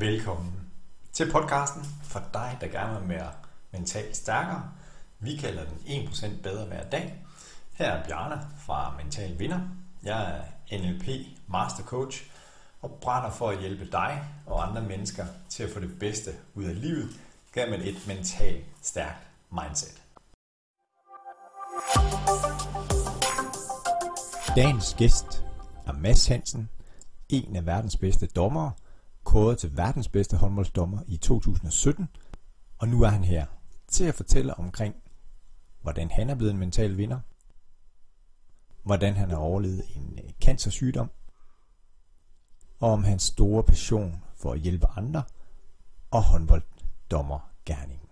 Velkommen til podcasten for dig, der gerne vil være mentalt stærkere. Vi kalder den 1% bedre hver dag. Her er Bjarne fra Mental Vinder. Jeg er NLP Master Coach og brænder for at hjælpe dig og andre mennesker til at få det bedste ud af livet gennem et mentalt stærkt mindset. Dagens gæst er Mads Hansen, en af verdens bedste dommere, kåret til verdens bedste håndboldsdommer i 2017, og nu er han her til at fortælle omkring, hvordan han er blevet en mental vinder, hvordan han har overlevet en cancersygdom, og om hans store passion for at hjælpe andre og håndbolddommergerningen.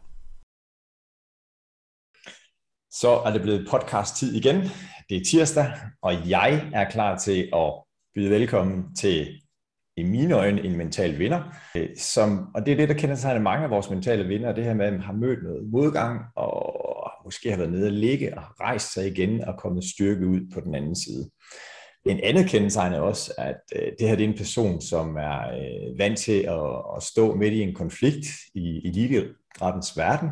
Så er det blevet podcast-tid igen. Det er tirsdag, og jeg er klar til at byde velkommen til, i mine øjne, en mental vinder. Og det er det, der kendetegner mange af vores mentale vindere, det her med, at man har mødt noget modgang, og måske har været nede at ligge og rejst sig igen og kommet styrke ud på den anden side. En andet kendetegn er også, at det her det er en person, som er vant til at stå midt i en konflikt i eliteidrættens verden.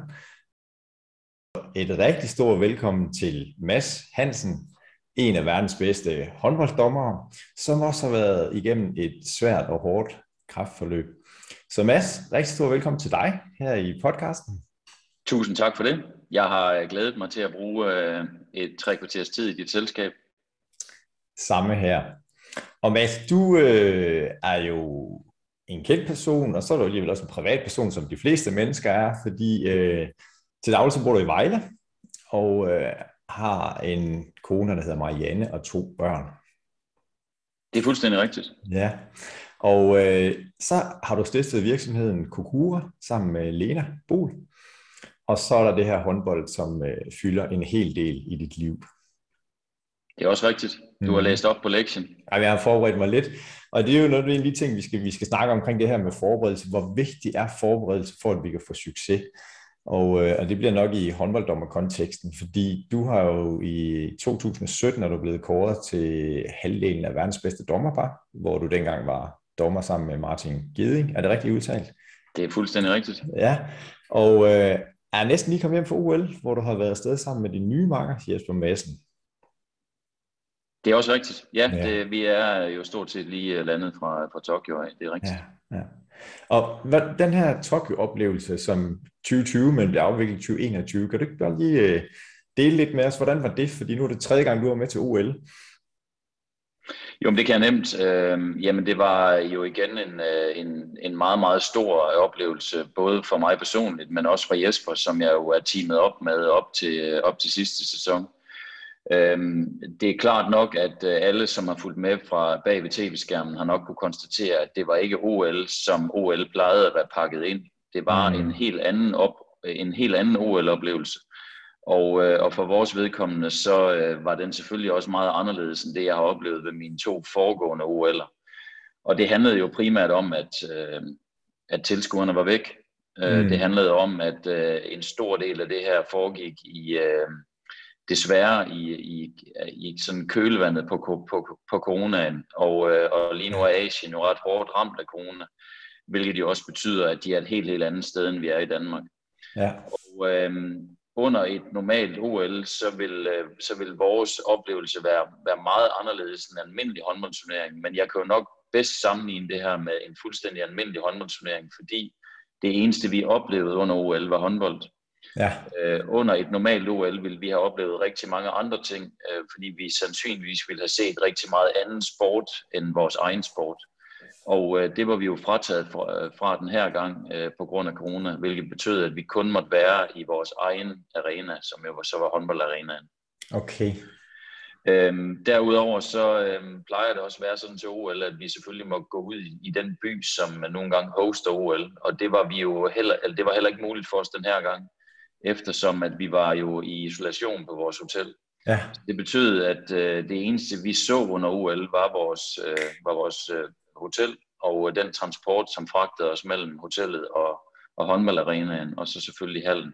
Et rigtig stort velkommen til Mads Hansen, en af verdens bedste håndbolddommere, som også har været igennem et svært og hårdt kræftforløb. Så Mads, rigtig stor velkommen til dig her i podcasten. Tusind tak for det. Jeg har glædet mig til at bruge et 3 kvarters tid i dit selskab. Samme her. Og Mads, du er jo en kendt person, og så er du alligevel også en privat person, som de fleste mennesker er, fordi til daglig så bor du i Vejle, og har en kone, der hedder Marianne, og 2 børn. Det er fuldstændig rigtigt. Ja, og så har du stiftet virksomheden Kokura sammen med Lena Bol, og så er der det her håndbold, som fylder en hel del i dit liv. Det er også rigtigt. Du har læst op på lektien. Ja, jeg har forberedt mig lidt, og det er jo noget af de ting, vi skal snakke omkring det her med forberedelse. Hvor vigtig er forberedelse for, at vi kan få succes? Og det bliver nok i håndbolddommerkonteksten, fordi du har jo i 2017 er du blevet kåret til halvdelen af verdens bedste dommerpar, hvor du dengang var dommer sammen med Martin Geding. Er det rigtigt udtalt? Det er fuldstændig rigtigt. Ja, og er næsten lige kommet hjem fra OL, hvor du har været afsted sammen med din nye makker, Jesper Madsen. Det er også rigtigt. Ja. Vi er jo stort set lige landet fra Tokyo af. Det er rigtigt. Ja. Og den her Tokyo-oplevelse, som 2020, men blev afviklet i 2021, kan du ikke bare lige dele lidt med os? Hvordan var det? Fordi nu er det 3. gang, du var med til OL. Jo, men det kan jeg nemt. Jamen, det var jo igen en meget, meget stor oplevelse, både for mig personligt, men også for Jesper, som jeg jo er teamet op med op til sidste sæson. Det er klart nok, at alle, som har fulgt med fra bag ved tv-skærmen, har nok kunne konstatere, at det var ikke OL, som OL plejede at være pakket ind. Det var en helt anden OL-oplevelse. Og for vores vedkommende, så var den selvfølgelig også meget anderledes end det, jeg har oplevet ved mine 2 foregående OL'er. Og det handlede jo primært om, at tilskuerne var væk. Det handlede om, at en stor del af det her foregik desværre i sådan kølvandet på coronaen, og lige nu er Asien jo ret hårdt ramt af corona, hvilket jo også betyder, at de er et helt andet sted, end vi er i Danmark. Ja. Og under et normalt OL, så vil vores oplevelse være meget anderledes end en almindelig håndboldturnering, men jeg kan jo nok bedst sammenligne det her med en fuldstændig almindelig håndboldturnering, fordi det eneste, vi oplevede under OL, var håndbold. Ja. Under et normalt OL ville vi have oplevet rigtig mange andre ting, fordi vi sandsynligvis ville have set rigtig meget anden sport end vores egen sport. Og det var vi jo frataget fra den her gang på grund af corona, hvilket betød, at vi kun måtte være i vores egen arena, som jo så var håndboldarenaen. Okay. Derudover så plejer det også at være sådan til OL, at vi selvfølgelig må gå ud i den by, som nogle gange hoster OL, og det var det var heller ikke muligt for os den her gang, eftersom at vi var jo i isolation på vores hotel. Ja. Det betød, at det eneste vi så under OL var vores hotel og den transport, som fragtede os mellem hotellet og håndboldarenaen, og så selvfølgelig hallen.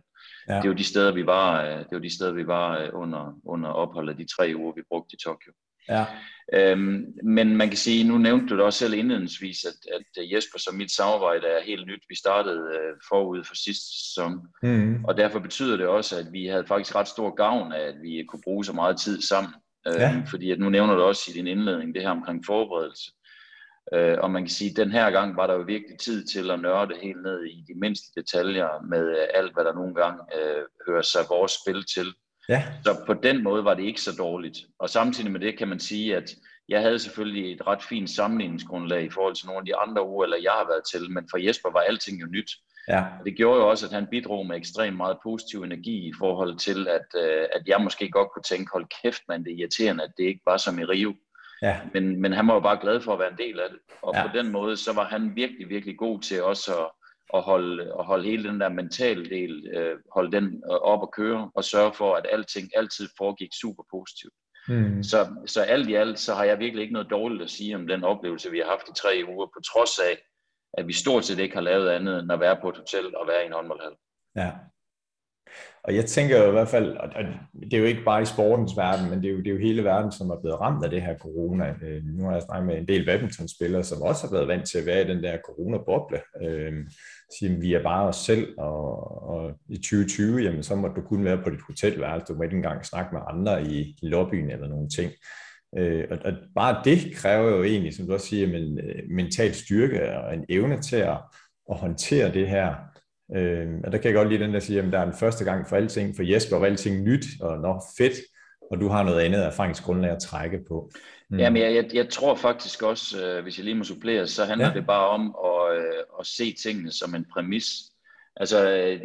Det er jo de steder, vi var under opholdet, de 3 uger, vi brugte i Tokyo. Ja. Men man kan sige, nu nævnte du det også selv indledningsvis, at Jesper og mit samarbejde er helt nyt. Vi startede forud for sidste sæson, og derfor betyder det også, at vi havde faktisk ret stor gavn af, at vi kunne bruge så meget tid sammen. Fordi at nu nævner du også i din indledning det her omkring forberedelse. Og man kan sige, at den her gang var der jo virkelig tid til at nørde helt ned i de mindste detaljer med alt, hvad der nogle gange hører sig vores spil til. Ja. Så på den måde var det ikke så dårligt. Og samtidig med det kan man sige, at jeg havde selvfølgelig et ret fint sammenligningsgrundlag i forhold til nogle af de andre uger, eller jeg har været til, men for Jesper var alting jo nyt. Ja. Og det gjorde jo også, at han bidrog med ekstremt meget positiv energi i forhold til, at jeg måske godt kunne tænke, hold kæft, man, det er irriterende, at det ikke var som i Rio. Ja. Men han var jo bare glad for at være en del af det. Og på den måde, så var han virkelig, virkelig god til også at holde hele den der mentale del, holde den op at køre, og sørge for, at alting altid foregik super positivt. Så alt i alt, så har jeg virkelig ikke noget dårligt at sige om den oplevelse, vi har haft i 3 uger, på trods af, at vi stort set ikke har lavet andet end at være på et hotel og være i en håndboldhal. Ja. Og jeg tænker jo i hvert fald, og det er jo ikke bare i sportens verden, men det er jo hele verden, som er blevet ramt af det her corona. Nu har jeg snakket med en del badmintonspillere, som også har været vant til at være i den der corona-boble. Siger, vi er bare os selv, og i 2020, jamen, så må du kun være på dit hotelværelse, du må ikke engang snakke med andre i lobbyen eller nogle ting. Og bare det kræver jo egentlig, som du også siger, en mental styrke og en evne til at håndtere det her. Og der kan jeg godt lide den, der siger, at der er den første gang for alting, for Jesper var alting nyt, og fedt, og du har noget andet erfaringsgrundlag at trække på. Jamen, jeg tror faktisk også, hvis jeg lige må supplere, så handler det bare om at se tingene som en præmis. Altså,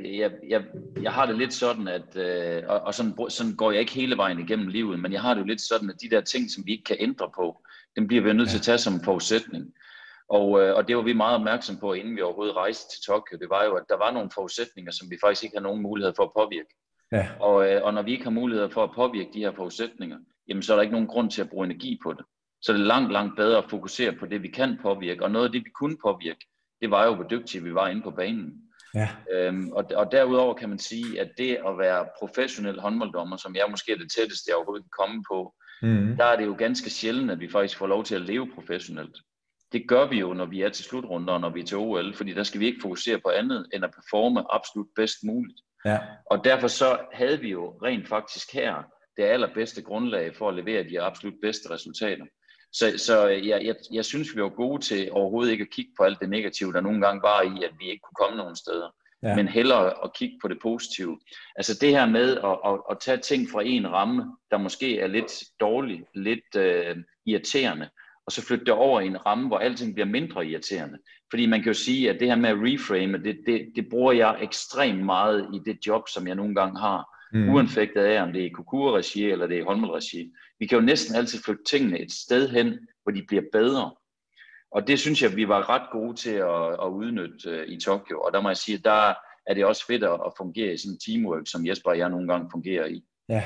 jeg har det lidt sådan, at, og sådan går jeg ikke hele vejen igennem livet, men jeg har det jo lidt sådan, at de der ting, som vi ikke kan ændre på, dem bliver vi nødt til at tage som en forudsætning. Og det var vi meget opmærksom på, inden vi overhovedet rejste til Tokyo. Det var jo, at der var nogle forudsætninger, som vi faktisk ikke har nogen mulighed for at påvirke. Ja. Og når vi ikke har mulighed for at påvirke de her forudsætninger, jamen så er der ikke nogen grund til at bruge energi på det. Så det er langt, langt bedre at fokusere på det, vi kan påvirke. Og noget af det, vi kunne påvirke, det var jo, hvor dygtige vi var inde på banen. Ja. Og derudover kan man sige, at det at være professionel håndbolddommer, som jeg måske er det tætteste, jeg overhovedet kan komme på, der er det jo ganske sjældent, at vi faktisk får lov til at leve professionelt. Det gør vi jo, når vi er til slutrunder og når vi er til OL, fordi der skal vi ikke fokusere på andet end at performe absolut bedst muligt. Ja. Og derfor så havde vi jo rent faktisk her det allerbedste grundlag for at levere de absolut bedste resultater. Så jeg synes, vi var gode til overhovedet ikke at kigge på alt det negative, der nogle gange var i, at vi ikke kunne komme nogen steder. Ja. Men hellere at kigge på det positive. Altså det her med at tage ting fra en ramme, der måske er lidt dårlig, lidt irriterende, og så flytte det over i en ramme, hvor alting bliver mindre irriterende. Fordi man kan jo sige, at det her med at reframe, det bruger jeg ekstremt meget i det job, som jeg nogle gange har. Uanfægtet af, om det er i Kokura-regi eller det er i håndbold-regi. Vi kan jo næsten altid flytte tingene et sted hen, hvor de bliver bedre. Og det synes jeg, vi var ret gode til at udnytte i Tokyo. Og der må jeg sige, at der er det også fedt at fungere i sådan en teamwork, som Jesper og jeg nogle gange fungerer i. Ja,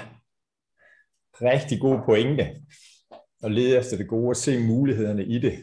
rigtig god pointe. Og lede efter det gode og se mulighederne i det.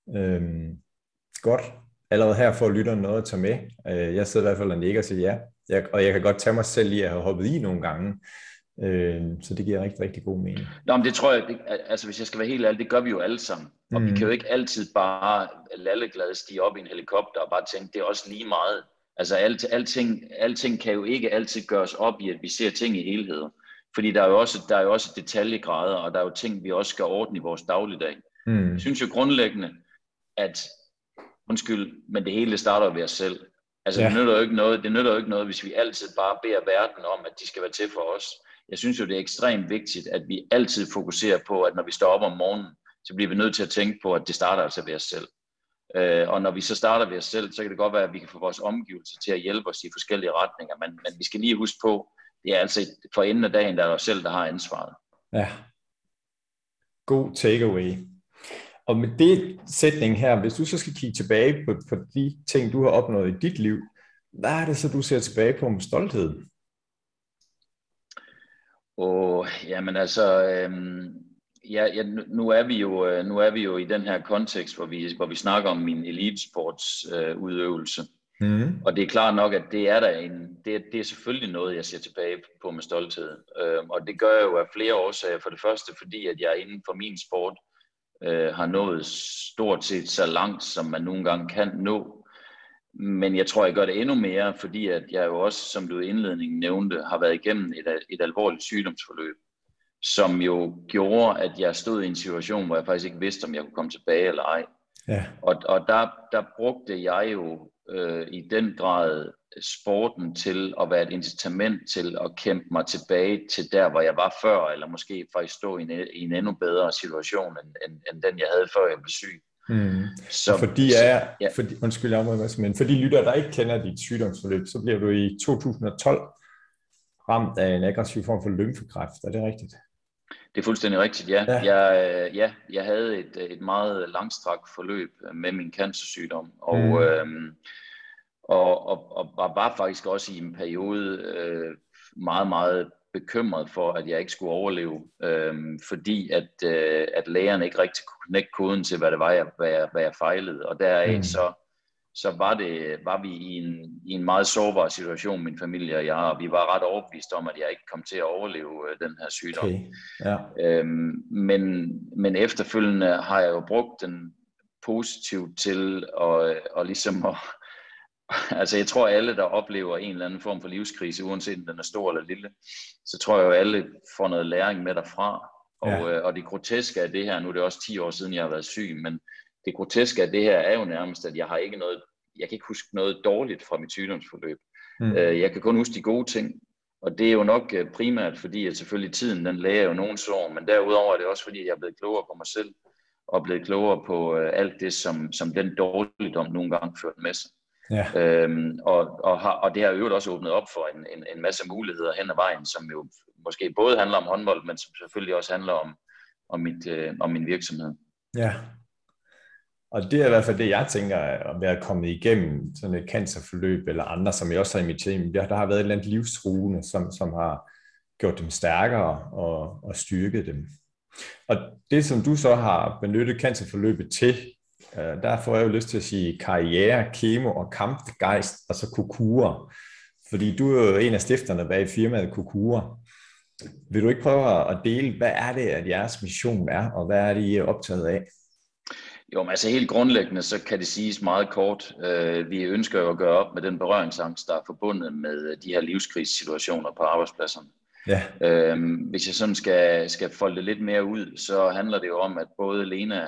Godt. Allerede her får lytteren noget at tage med. Jeg sidder i hvert fald og nikker og siger ja. Og jeg kan godt tage mig selv i at have hoppet i nogle gange. Så det giver rigtig, rigtig god mening. Nå, men det tror jeg, altså hvis jeg skal være helt ærlig, det gør vi jo alle sammen. Og vi kan jo ikke altid bare lalleglade stige op i en helikopter og bare tænke, det er også lige meget. Altså alting kan jo ikke altid gøres op i, at vi ser ting i helheder. Fordi der er jo også detaljegrader, og der er jo ting, vi også skal ordne i vores dagligdag. Jeg synes jo grundlæggende, at men det hele starter ved os selv. Altså det nytter jo ikke noget, hvis vi altid bare beder verden om, at de skal være til for os. Jeg synes jo, det er ekstremt vigtigt, at vi altid fokuserer på, at når vi står op om morgenen, så bliver vi nødt til at tænke på, at det starter altså ved os selv. Og når vi så starter ved os selv, så kan det godt være, at vi kan få vores omgivelser til at hjælpe os i forskellige retninger. Men vi skal lige huske på, det er altså for enden af dagen, der er os selv, der har ansvaret. Ja. God takeaway. Og med det sætning her, hvis du så skal kigge tilbage på de ting, du har opnået i dit liv, hvad er det så, du ser tilbage på med stolthed? Jamen altså, nu er vi jo i den her kontekst, hvor vi snakker om min elitesports udøvelse. Og det er klart nok, at det er selvfølgelig noget, jeg ser tilbage på med stolthed. Og det gør jeg jo af flere årsager. For det første, fordi at jeg inden for min sport har nået stort set så langt, som man nogle gange kan nå. Men jeg tror, jeg gør det endnu mere, fordi at jeg jo også, som du i indledningen nævnte, har været igennem et alvorligt sygdomsforløb, som jo gjorde, at jeg stod i en situation, hvor jeg faktisk ikke vidste, om jeg kunne komme tilbage eller ej. Ja. Og der brugte jeg jo i den grad sporten til at være et incitament til at kæmpe mig tilbage til der, hvor jeg var før, eller måske faktisk stå i en endnu bedre situation, end den jeg havde, før jeg blev syg. Så for de lyttere, der ikke kender dit sygdomsforløb, så bliver du i 2012 ramt af en aggressiv form for lymfekræft. Er det rigtigt? Det er fuldstændig rigtigt, ja. Jeg havde et meget langstrakt forløb med min cancersygdom, og var faktisk også i en periode meget, meget bekymret for, at jeg ikke skulle overleve, fordi at lægerne ikke rigtig kunne knække koden til, hvad det var, hvad jeg fejlede. Og deraf så var vi i en meget sårbar situation, min familie og jeg, og vi var ret overbevist om, at jeg ikke kom til at overleve den her sygdom. Okay. Ja. Men efterfølgende har jeg jo brugt den positivt til at ligesom at altså jeg tror alle, der oplever en eller anden form for livskrise, uanset om den er stor eller lille, så tror jeg jo alle får noget læring med derfra. Og det groteske af det her, nu er det også 10 år siden, jeg har været syg, men det groteske af det her er jo nærmest, at jeg kan ikke huske noget dårligt fra mit sygdomsforløb. Jeg kan kun huske de gode ting, og det er jo nok primært fordi, at selvfølgelig tiden, den læger jo nogen sår, men derudover er det også fordi, jeg er blevet klogere på mig selv, og blevet klogere på alt det, som den dårligdom nogle gange førte med sig. Ja. Og det har jo også åbnet op for en masse muligheder hen ad vejen, som jo måske både handler om håndbold, men som selvfølgelig også handler om min virksomhed. Ja, og det er i hvert fald det, jeg tænker, at være kommet igennem sådan et cancerforløb eller andre, som jeg også har inviteret. Der har været et eller andet livstruende, som har gjort dem stærkere og styrket dem. Og det, som du så har benyttet cancerforløbet til, der får jeg jo lyst til at sige karriere, kemo og kampgejst, og så Kokura. Fordi du er jo en af stifterne bag firmaet Kokura. Vil du ikke prøve at dele, hvad er det, at jeres mission er, og hvad er det, I er optaget af? Jo, men altså helt grundlæggende, så kan det siges meget kort. Vi ønsker jo at gøre op med den berøringsangst, der er forbundet med de her livskrisesituationer på arbejdspladserne. Ja. Hvis jeg sådan skal folde det lidt mere ud, så handler det jo om, at både Lena,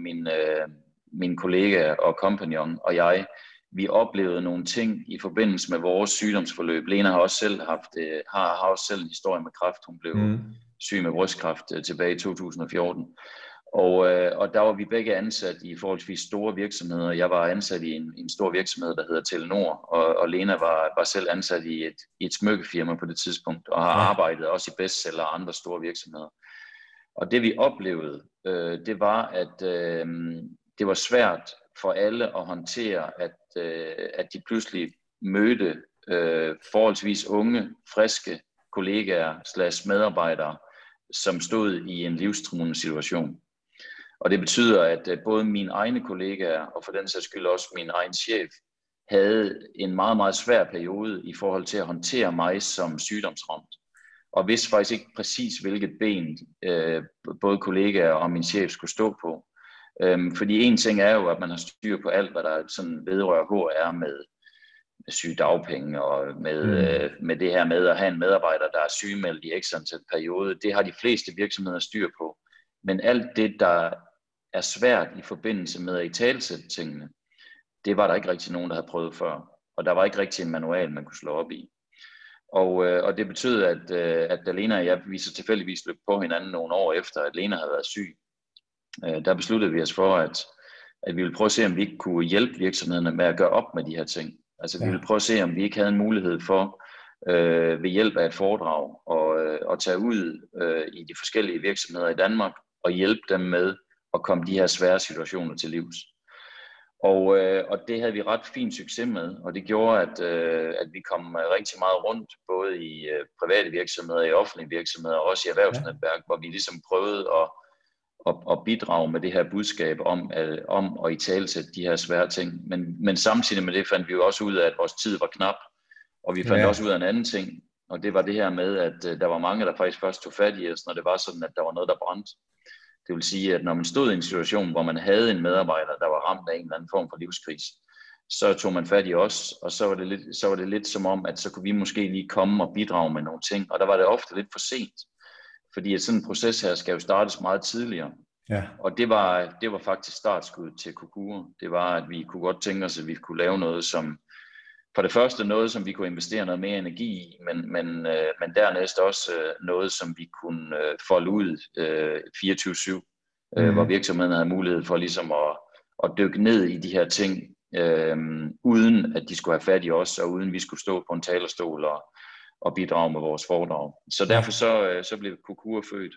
min kollega og kompagnon og jeg, vi oplevede nogle ting i forbindelse med vores sygdomsforløb. Lena har også selv har også selv en historie med kræft. Hun blev syg med brystkræft tilbage i 2014. Og der var vi begge ansat i forholdsvis store virksomheder. Jeg var ansat i en stor virksomhed, der hedder Telenor, og Lena var selv ansat i et smykkefirma på det tidspunkt, og har arbejdet også i Bestseller og andre store virksomheder. Og det vi oplevede, det var, at det var svært for alle at håndtere, at de pludselig mødte forholdsvis unge, friske kollegaer / medarbejdere, som stod i en livstruende situation. Og det betyder, at både mine egne kollegaer, og for den sags skyld også min egen chef, havde en meget, meget svær periode i forhold til at håndtere mig som sygdomsramt. Og vidste faktisk ikke præcis, hvilket ben både kollegaer og min chef skulle stå på. Fordi en ting er jo, at man har styr på alt, hvad der sådan vedrører HR med sygedagpenge og med det her med at have en medarbejder, der er sygemeldt i x antal periode. Det har de fleste virksomheder styr på. Men alt det, der er svært i forbindelse med at italesætte tingene, det var der ikke rigtig nogen, der havde prøvet før. Og der var ikke rigtig en manual, man kunne slå op i. Og det betød, at da Lena og jeg, vi så tilfældigvis løb på hinanden nogle år efter, at Lena havde været syg, der besluttede vi os for, at vi ville prøve at se, om vi ikke kunne hjælpe virksomhederne med at gøre op med de her ting. Altså vi ville prøve at se, om vi ikke havde en mulighed for ved hjælp af et foredrag og tage ud i de forskellige virksomheder i Danmark og hjælpe dem med at komme de her svære situationer til livs. Og det havde vi ret fin succes med, og det gjorde, at vi kom rigtig meget rundt, både i private virksomheder, i offentlige virksomheder og også i erhvervsnetværk, hvor vi ligesom prøvede at bidrage med det her budskab om at italesætte de her svære ting. Men samtidig med det fandt vi jo også ud af, at vores tid var knap, og vi fandt også ud af en anden ting, og det var det her med, at der var mange, der faktisk først tog fat i os, når det var sådan, at der var noget, der brændte. Det vil sige, at når man stod i en situation, hvor man havde en medarbejder, der var ramt af en eller anden form for livskrise, så tog man fat i os, og så var det lidt som om, at så kunne vi måske lige komme og bidrage med nogle ting, og der var det ofte lidt for sent, fordi at sådan en proces her skal jo startes meget tidligere. Ja. Og det var faktisk startskuddet til Kokura. Det var, at vi kunne godt tænke os, at vi kunne lave noget, som for det første noget, som vi kunne investere noget mere energi i, men dernæst også noget, som vi kunne folde ud 24/7, hvor virksomheden havde mulighed for ligesom at dykke ned i de her ting, uden at de skulle have fat i os, og uden vi skulle stå på en talerstol og bidrage med vores foredrag. Så derfor så blev Kokura født.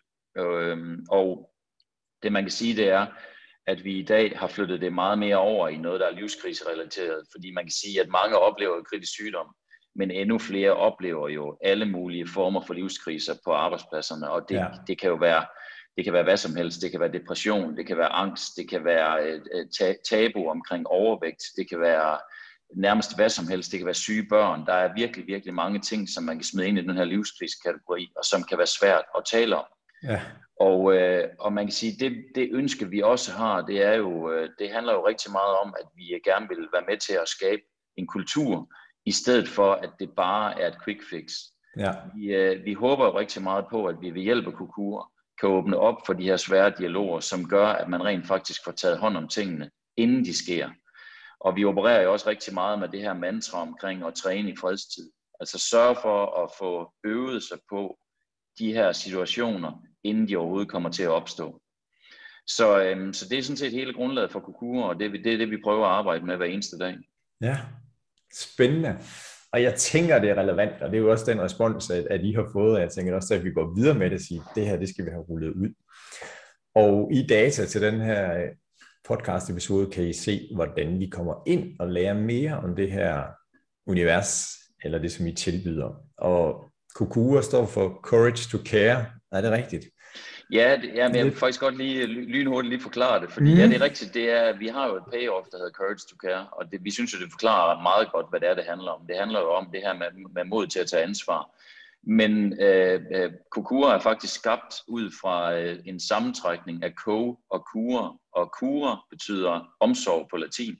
Og det man kan sige, det er, at vi i dag har flyttet det meget mere over i noget, der er livskriserelateret, fordi man kan sige, at mange oplever kritisk sygdom, men endnu flere oplever jo alle mulige former for livskriser på arbejdspladserne, og det kan jo være hvad som helst. Det kan være depression, det kan være angst, det kan være tabu omkring overvægt, det kan være nærmest hvad som helst, det kan være syge børn. Der er virkelig, virkelig mange ting, som man kan smide ind i den her livskrisekategori, og som kan være svært at tale om. Ja. Og man kan sige, det ønske vi også har, det handler jo rigtig meget om, at vi gerne vil være med til at skabe en kultur, i stedet for at det bare er et quick fix. Ja. Vi håber jo rigtig meget på, at vi ved hjælp af Kokura kan åbne op for de her svære dialoger, som gør, at man rent faktisk får taget hånd om tingene, inden de sker. Og vi opererer jo også rigtig meget med det her mantra omkring at træne i fredstid. Altså sørge for at få øvet sig på de her situationer, inden de overhovedet kommer til at opstå. Så det er sådan set hele grundlaget for Kokura, og det er det, vi prøver at arbejde med hver eneste dag. Ja, spændende. Og jeg tænker, det er relevant, og det er jo også den respons, at I har fået, og jeg tænker også, at vi går videre med det og siger, det her, det skal vi have rullet ud. Og i data til den her podcast-episode kan I se, hvordan vi kommer ind og lærer mere om det her univers, eller det, som I tilbyder. Og Kokura står for Courage to Care. Er det rigtigt? Ja, men jeg vil faktisk godt lige lynhurtigt forklare det, fordi ja, det er rigtigt, vi har jo et payoff, der hedder Courage to Care, og vi synes jo, det forklarer meget godt, hvad det handler om. Det handler jo om det her med mod til at tage ansvar. Men Kokura er faktisk skabt ud fra en sammentrækning af ko og kura, og kura betyder omsorg på latin.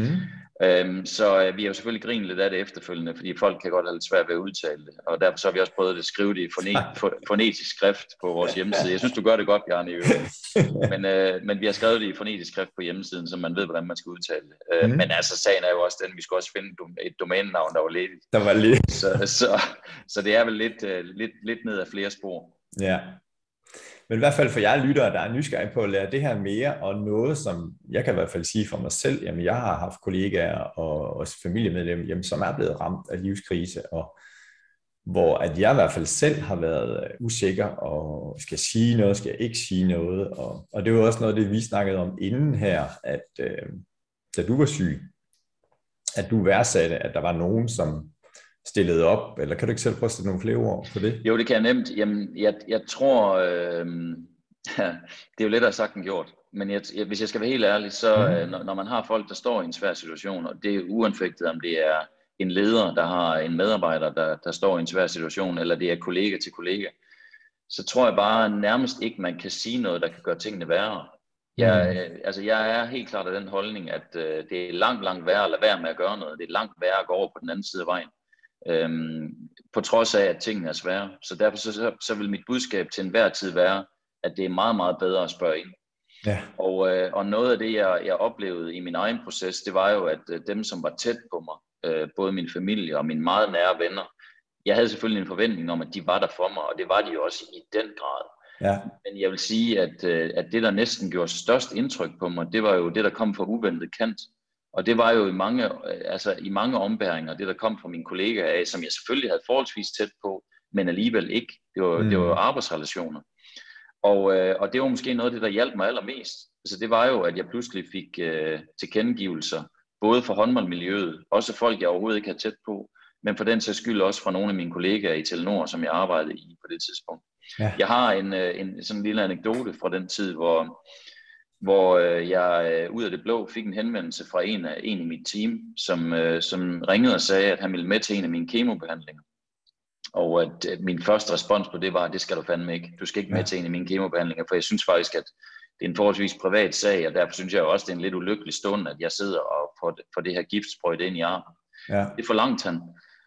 Så vi har jo selvfølgelig grinet lidt af det efterfølgende, fordi folk kan godt have lidt svært ved at udtale det, og derfor så har vi også prøvet at skrive det i fonetisk skrift på vores hjemmeside. Jeg synes, du gør det godt, Bjarne, i øvrigt. Men vi har skrevet det i fonetisk skrift på hjemmesiden, så man ved, hvordan man skal udtale det. Men altså, sagen er jo også den, vi skulle også finde et domænenavn, der var ledigt. Der var ledigt. Så det er vel lidt ned ad flere spor. Ja. Men i hvert fald for jer lyttere, der er nysgerrige på at lære det her mere, og noget, som jeg kan i hvert fald sige for mig selv, jamen jeg har haft kollegaer og også familiemedlemmer, som er blevet ramt af livskrise, og hvor at jeg i hvert fald selv har været usikker, og skal jeg sige noget, skal jeg ikke sige noget, og det var også noget af det, vi snakkede om inden her, at da du var syg, at du værdsatte, at der var nogen, som stillede op, eller kan du ikke selv prøve at sætte nogle flere ord på det? Jo, det kan jeg nemt. Jamen, jeg tror, det er jo lettere sagt end gjort, men hvis jeg skal være helt ærlig, så når man har folk, der står i en svær situation, og det er uanfægtet, om det er en leder, der har en medarbejder, der står i en svær situation, eller det er kollega til kollega, så tror jeg bare nærmest ikke, man kan sige noget, der kan gøre tingene værre. Jeg er helt klart af den holdning, at det er langt værre at lade være med at gøre noget. Det er langt værre at gå over på den anden side af vejen. På trods af, at tingene er svære. Så derfor så vil mit budskab til enhver tid være, at det er meget, meget bedre at spørge ind. Ja. Og noget af det, jeg oplevede i min egen proces, det var jo, at dem, som var tæt på mig, både min familie og mine meget nære venner, jeg havde selvfølgelig en forventning om, at de var der for mig, og det var de jo også i den grad. Ja. Men jeg vil sige, at det, der næsten gjorde størst indtryk på mig, det var jo det, der kom fra uventet kant. Og det var jo i mange ombæringer, det der kom fra mine kollegaer af, som jeg selvfølgelig havde forholdsvis tæt på, men alligevel ikke. Det var jo arbejdsrelationer. Og det var måske noget af det, der hjalp mig allermest. Altså det var jo, at jeg pludselig fik tilkendegivelser, både fra håndboldmiljøet, også folk, jeg overhovedet ikke havde tæt på, men for den sags skyld også fra nogle af mine kollegaer i Telenor, som jeg arbejdede i på det tidspunkt. Ja. Jeg har en sådan en lille anekdote fra den tid, hvor jeg ud af det blå fik en henvendelse fra en i mit team, som ringede og sagde, at han ville med til en af mine kemobehandlinger. Og at min første respons på det var, at det skal du fandme ikke. Du skal ikke med til en af mine kemobehandlinger, for jeg synes faktisk, at det er en forholdsvis privat sag, og derfor synes jeg også, det er en lidt ulykkelig stund, at jeg sidder og får det her gift sprøjtet ind i armen. Ja. Det forlangte han.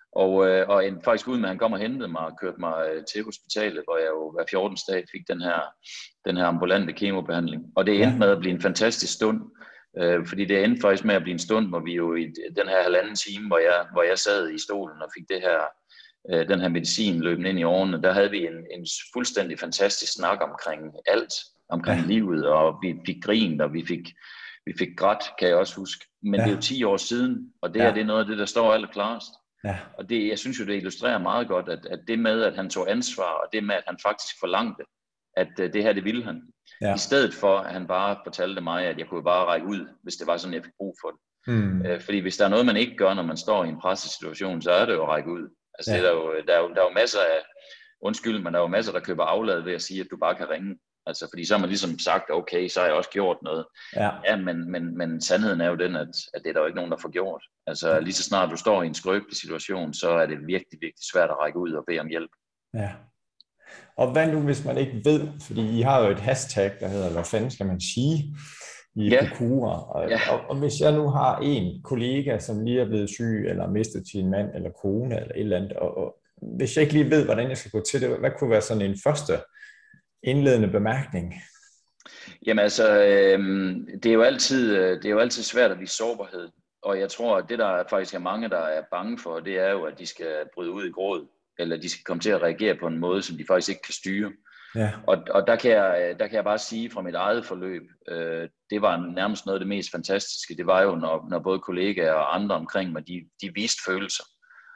Og faktisk ud med, at han kom og hentede mig og kørte mig til hospitalet, hvor jeg jo hver 14. dag fik den her ambulante kemobehandling. Og det endte med at blive en fantastisk stund, fordi det endte faktisk med at blive en stund, hvor vi jo i den her 1,5 time, hvor jeg sad i stolen og fik den her medicin løbende ind i årene, der havde vi en fuldstændig fantastisk snak omkring alt, omkring livet, og vi fik grint, og vi fik grædt, kan jeg også huske. Men det er jo 10 år siden, og det er noget af det, der står allerklarest. Ja. Og jeg synes jo, det illustrerer meget godt, at det med, at han tog ansvar, og det med, at han faktisk forlangte, at det her, det ville han. Ja. I stedet for, at han bare fortalte mig, at jeg kunne bare række ud, hvis det var sådan, jeg fik brug for det. Fordi hvis der er noget, man ikke gør, når man står i en pressesituation, så er det jo at række ud. Altså der er jo masser af, men der er jo masser, der køber aflad ved at sige, at du bare kan ringe. Altså, fordi så har man ligesom sagt, okay, så har jeg også gjort noget. Ja, men sandheden er jo den, at det er der jo ikke nogen, der får gjort. Altså, lige så snart du står i en skrøbelig situation, så er det virkelig, virkelig svært at række ud og bede om hjælp. Ja. Og hvad nu, hvis man ikke ved, fordi I har jo et hashtag, der hedder, hvad fanden skal man sige, i Kokura. Og hvis jeg nu har en kollega, som lige er blevet syg, eller mistet sin mand, eller kone, eller et eller andet, og hvis jeg ikke lige ved, hvordan jeg skal gå til det, hvad kunne være sådan en første indledende bemærkning? Jamen altså, det er jo altid svært at vise sårbarhed, og jeg tror, at det der faktisk er mange, der er bange for, det er jo, at de skal bryde ud i gråd, eller de skal komme til at reagere på en måde, som de faktisk ikke kan styre. Ja. Og der kan jeg bare sige fra mit eget forløb, det var nærmest noget af det mest fantastiske. Det var jo, når både kollegaer og andre omkring mig, de viste følelser.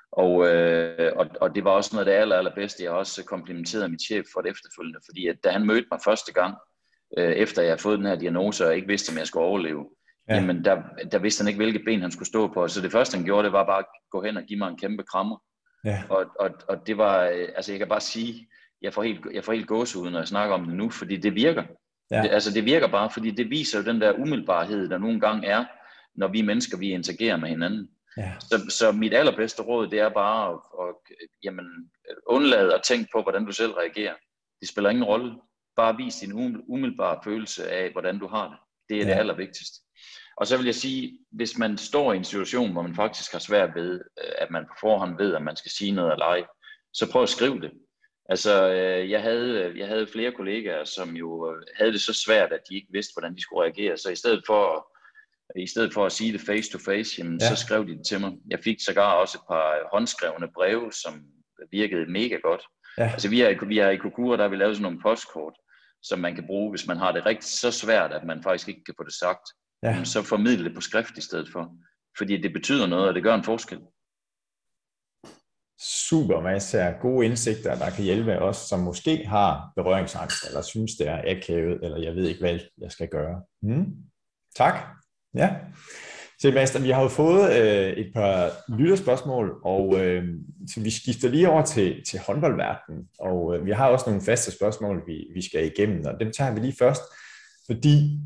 Og det var også noget af det allerbedste. Jeg har også komplimenteret mit chef for det efterfølgende, fordi at da han mødte mig første gang, efter jeg havde fået den her diagnose, og ikke vidste, om jeg skulle overleve, jamen der vidste han ikke, hvilke ben han skulle stå på. Så det første, han gjorde, det var bare at gå hen og give mig en kæmpe krammer. Ja. Og det var, altså jeg kan bare sige, jeg får helt gåsehud, når jeg snakker om det nu, fordi det virker. Ja. Det virker bare, fordi det viser jo den der umiddelbarhed, der nogle gange er, når vi mennesker, vi interagerer med hinanden. Ja. Så mit allerbedste råd, det er bare at undlade at tænke på, hvordan du selv reagerer. Det spiller ingen rolle. Bare vis din umiddelbare følelse af, hvordan du har det. Det er det allervigtigste. Og så vil jeg sige, hvis man står i en situation, hvor man faktisk har svært ved, at man på forhånd ved, at man skal sige noget eller ej, så prøv at skrive det. Altså, jeg havde flere kollegaer, som jo havde det så svært, at de ikke vidste, hvordan de skulle reagere. Så i stedet for at sige det face to face, jamen, så skrev de det til mig. Jeg fik sågar også et par håndskrevne breve, som virkede mega godt. Ja. Altså, vi er i Kokura, der har vi lavet sådan nogle postkort, som man kan bruge, hvis man har det rigtig så svært, at man faktisk ikke kan få det sagt. Ja. Så formidle det på skrift i stedet for. Fordi det betyder noget, og det gør en forskel. Super masser af gode indsigter, der kan hjælpe os, som måske har berøringsangst, eller synes, det er akavet, eller jeg ved ikke, hvad jeg skal gøre. Tak. Ja. Sebastian, vi har jo fået et par lytterspørgsmål, og så vi skifter lige over til håndboldverdenen, og vi har også nogle faste spørgsmål, vi skal igennem, og dem tager vi lige først, fordi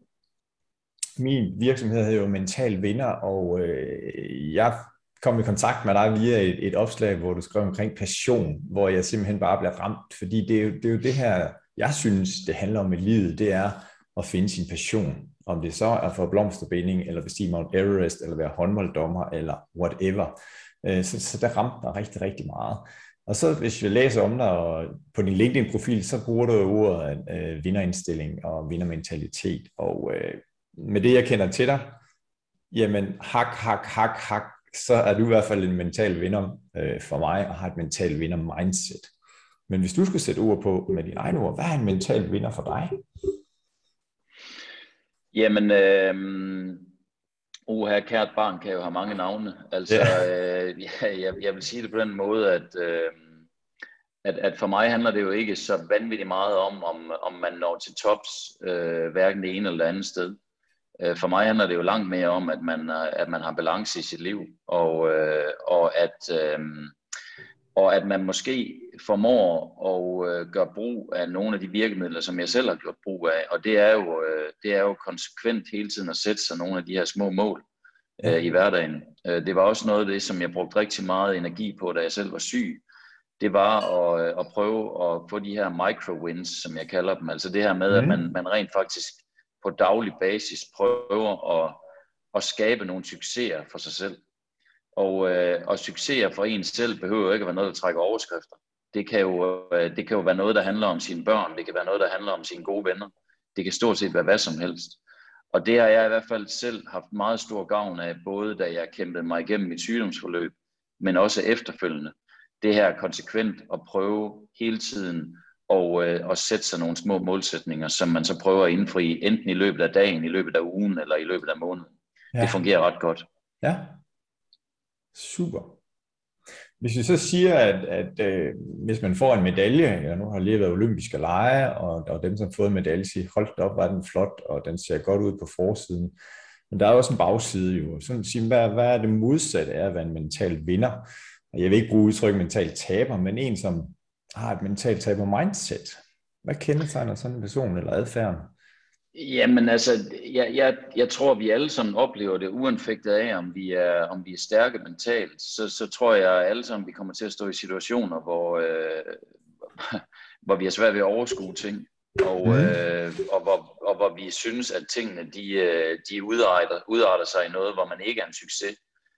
min virksomhed hedder jo Mental Vinder, og jeg kom i kontakt med dig via et opslag, hvor du skrev omkring passion, hvor jeg simpelthen bare bliver ramt, fordi det er jo det her, jeg synes, det handler om i livet, det er at finde sin passion. Om det så er for blomsterbinding, eller bestige Mount Everest, eller være håndbolddommer, eller whatever. Så der ramte mig rigtig, rigtig meget. Og så hvis vi læser om dig på din LinkedIn-profil, så bruger du ordet vinderindstilling og vindermentalitet. Og med det, jeg kender til dig, jamen hak, så er du i hvert fald en mental vinder for mig, og har et mental vinder-mindset. Men hvis du skulle sætte ord på med dine egne ord, hvad er en mental vinder for dig? Jamen, kært barn kan jo have mange navne. Altså, jeg vil sige det på den måde, at for mig handler det jo ikke så vanvittigt meget om man når til tops, hverken det ene eller det andet sted. For mig handler det jo langt mere om, at man har balance i sit liv, og og at man måske formår at gøre brug af nogle af de virkemidler, som jeg selv har gjort brug af, og det er jo konsekvent hele tiden at sætte sig nogle af de her små mål i hverdagen. Det var også noget af det, som jeg brugte rigtig meget energi på, da jeg selv var syg. Det var at prøve at få de her micro-wins, som jeg kalder dem. Altså det her med, at man rent faktisk på daglig basis prøver at skabe nogle succeser for sig selv. Og succeser for en selv behøver jo ikke at være noget, der trækker overskrifter. Det kan jo være noget, der handler om sine børn. Det kan være noget, der handler om sine gode venner. Det kan stort set være hvad som helst. Og det har jeg i hvert fald selv haft meget stor gavn af, både da jeg kæmpede mig igennem mit sygdomsforløb, men også efterfølgende. Det her konsekvent at prøve hele tiden at sætte sig nogle små målsætninger, som man så prøver at indfri, enten i løbet af dagen, i løbet af ugen eller i løbet af måneden. Ja. Det fungerer ret godt. Ja, super. Hvis vi så siger, at hvis man får en medalje, ja, nu har lige været olympiske lege, og dem, som har fået en medalje, siger, hold da op, var den flot, og den ser godt ud på forsiden. Men der er også en bagside jo. Sådan at sige, hvad er det modsatte af at være en mental vinder? Og jeg vil ikke bruge udtrykket mental taber, men en, som har et mentalt taber mindset. Hvad kendetegner sådan en person eller adfærden? Jamen altså, jeg tror, vi alle sammen oplever det, uanfægtet af, om vi er stærke mentalt, så tror jeg alle sammen, vi kommer til at stå i situationer, hvor vi er svært ved at overskue ting, og hvor vi synes, at tingene de udarter sig i noget, hvor man ikke er en succes.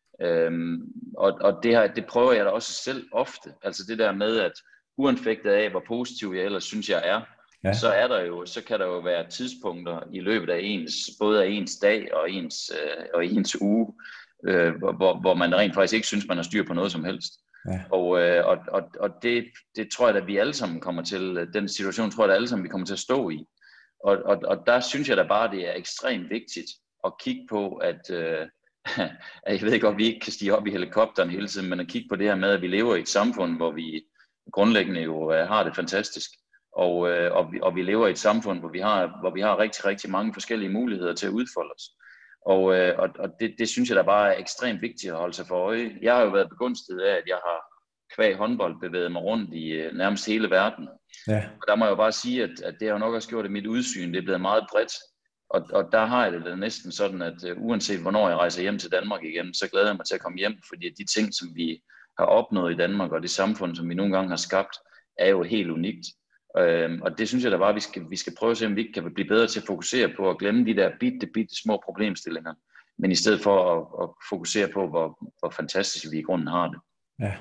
Og det prøver jeg da også selv ofte, altså det der med, at uanfægtet af, hvor positiv jeg ellers synes, jeg er, ja. Så kan der jo være tidspunkter i løbet af både af ens dag og ens uge, hvor man rent faktisk ikke synes, man har styr på noget som helst. Ja. Og det tror jeg, at vi alle sammen kommer til, den situation tror jeg, at alle sammen vi kommer til at stå i. Og der synes jeg da bare, at det er ekstremt vigtigt at kigge på, at jeg ved godt, at vi ikke kan stige op i helikopteren hele tiden, men at kigge på det her med, at vi lever i et samfund, hvor vi grundlæggende jo har det fantastisk. Og vi lever i et samfund, hvor vi har rigtig, rigtig mange forskellige muligheder til at udfolde os. Og det synes jeg da bare er ekstremt vigtigt at holde sig for øje. Jeg har jo været begunstiget af, at jeg har kvæg håndbold bevæget mig rundt i nærmest hele verden. Ja. Og der må jeg jo bare sige, at det har nok også gjort, at mit udsyn det er blevet meget bredt. Og der har jeg det da næsten sådan, at uanset hvornår jeg rejser hjem til Danmark igen, så glæder jeg mig til at komme hjem, fordi de ting, som vi har opnået i Danmark, og det samfund, som vi nogle gange har skabt, er jo helt unikt. Og det synes jeg da bare, vi skal prøve at se, om vi ikke kan blive bedre til at fokusere på at glemme de der bitte små problemstillinger, men i stedet for at fokusere på, hvor fantastisk vi i grunden har det. Ja.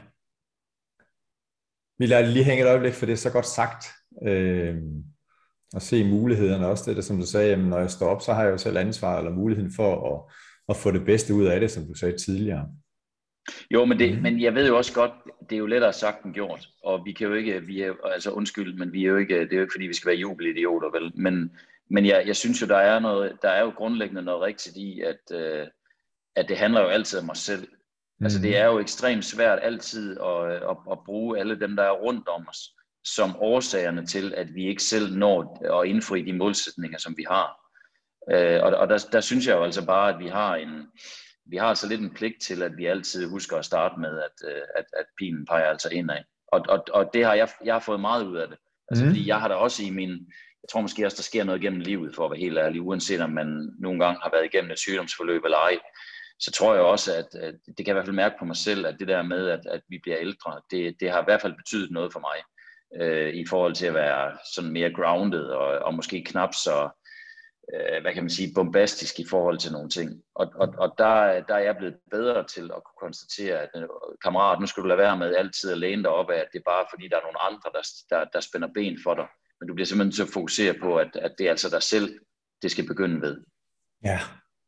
Vi lader det lige hænge et øjeblik, for det er så godt sagt. Og se mulighederne også. Det der, som du sagde, jamen, når jeg står op, så har jeg jo selv ansvar eller muligheden for at få det bedste ud af det, som du sagde tidligere. Jo, men jeg ved jo også godt, det er jo lettere sagt end gjort, og vi kan jo ikke, men vi er jo ikke, det er jo ikke fordi, vi skal være jubelidioter, vel, men jeg synes jo, der er jo grundlæggende noget rigtigt i, at det handler jo altid om os selv. Altså det er jo ekstremt svært altid at bruge alle dem, der er rundt om os, som årsagerne til, at vi ikke selv når at indfri de målsætninger, som vi har. Og der synes jeg jo altså bare, at vi har altså lidt en pligt til, at vi altid husker at starte med, at pilen peger altså indad. Og det har jeg har fået meget ud af det. Altså fordi jeg har da også jeg tror måske også, der sker noget gennem livet, for at være helt ærlig, uanset om man nogle gange har været igennem et sygdomsforløb eller ej, så tror jeg også, at det kan jeg i hvert fald mærke på mig selv, at det der med, at vi bliver ældre, det har i hvert fald betydet noget for mig, i forhold til at være sådan mere grounded, og måske knap så, hvad kan man sige, bombastisk i forhold til nogle ting. Og der er jeg blevet bedre til at kunne konstatere, at kammerat, nu skal du lade være med altid at læne dig op af, at det er bare fordi, der er nogle andre, der spænder ben for dig. Men du bliver simpelthen til at fokusere på, at det er altså dig selv, det skal begynde ved. Ja.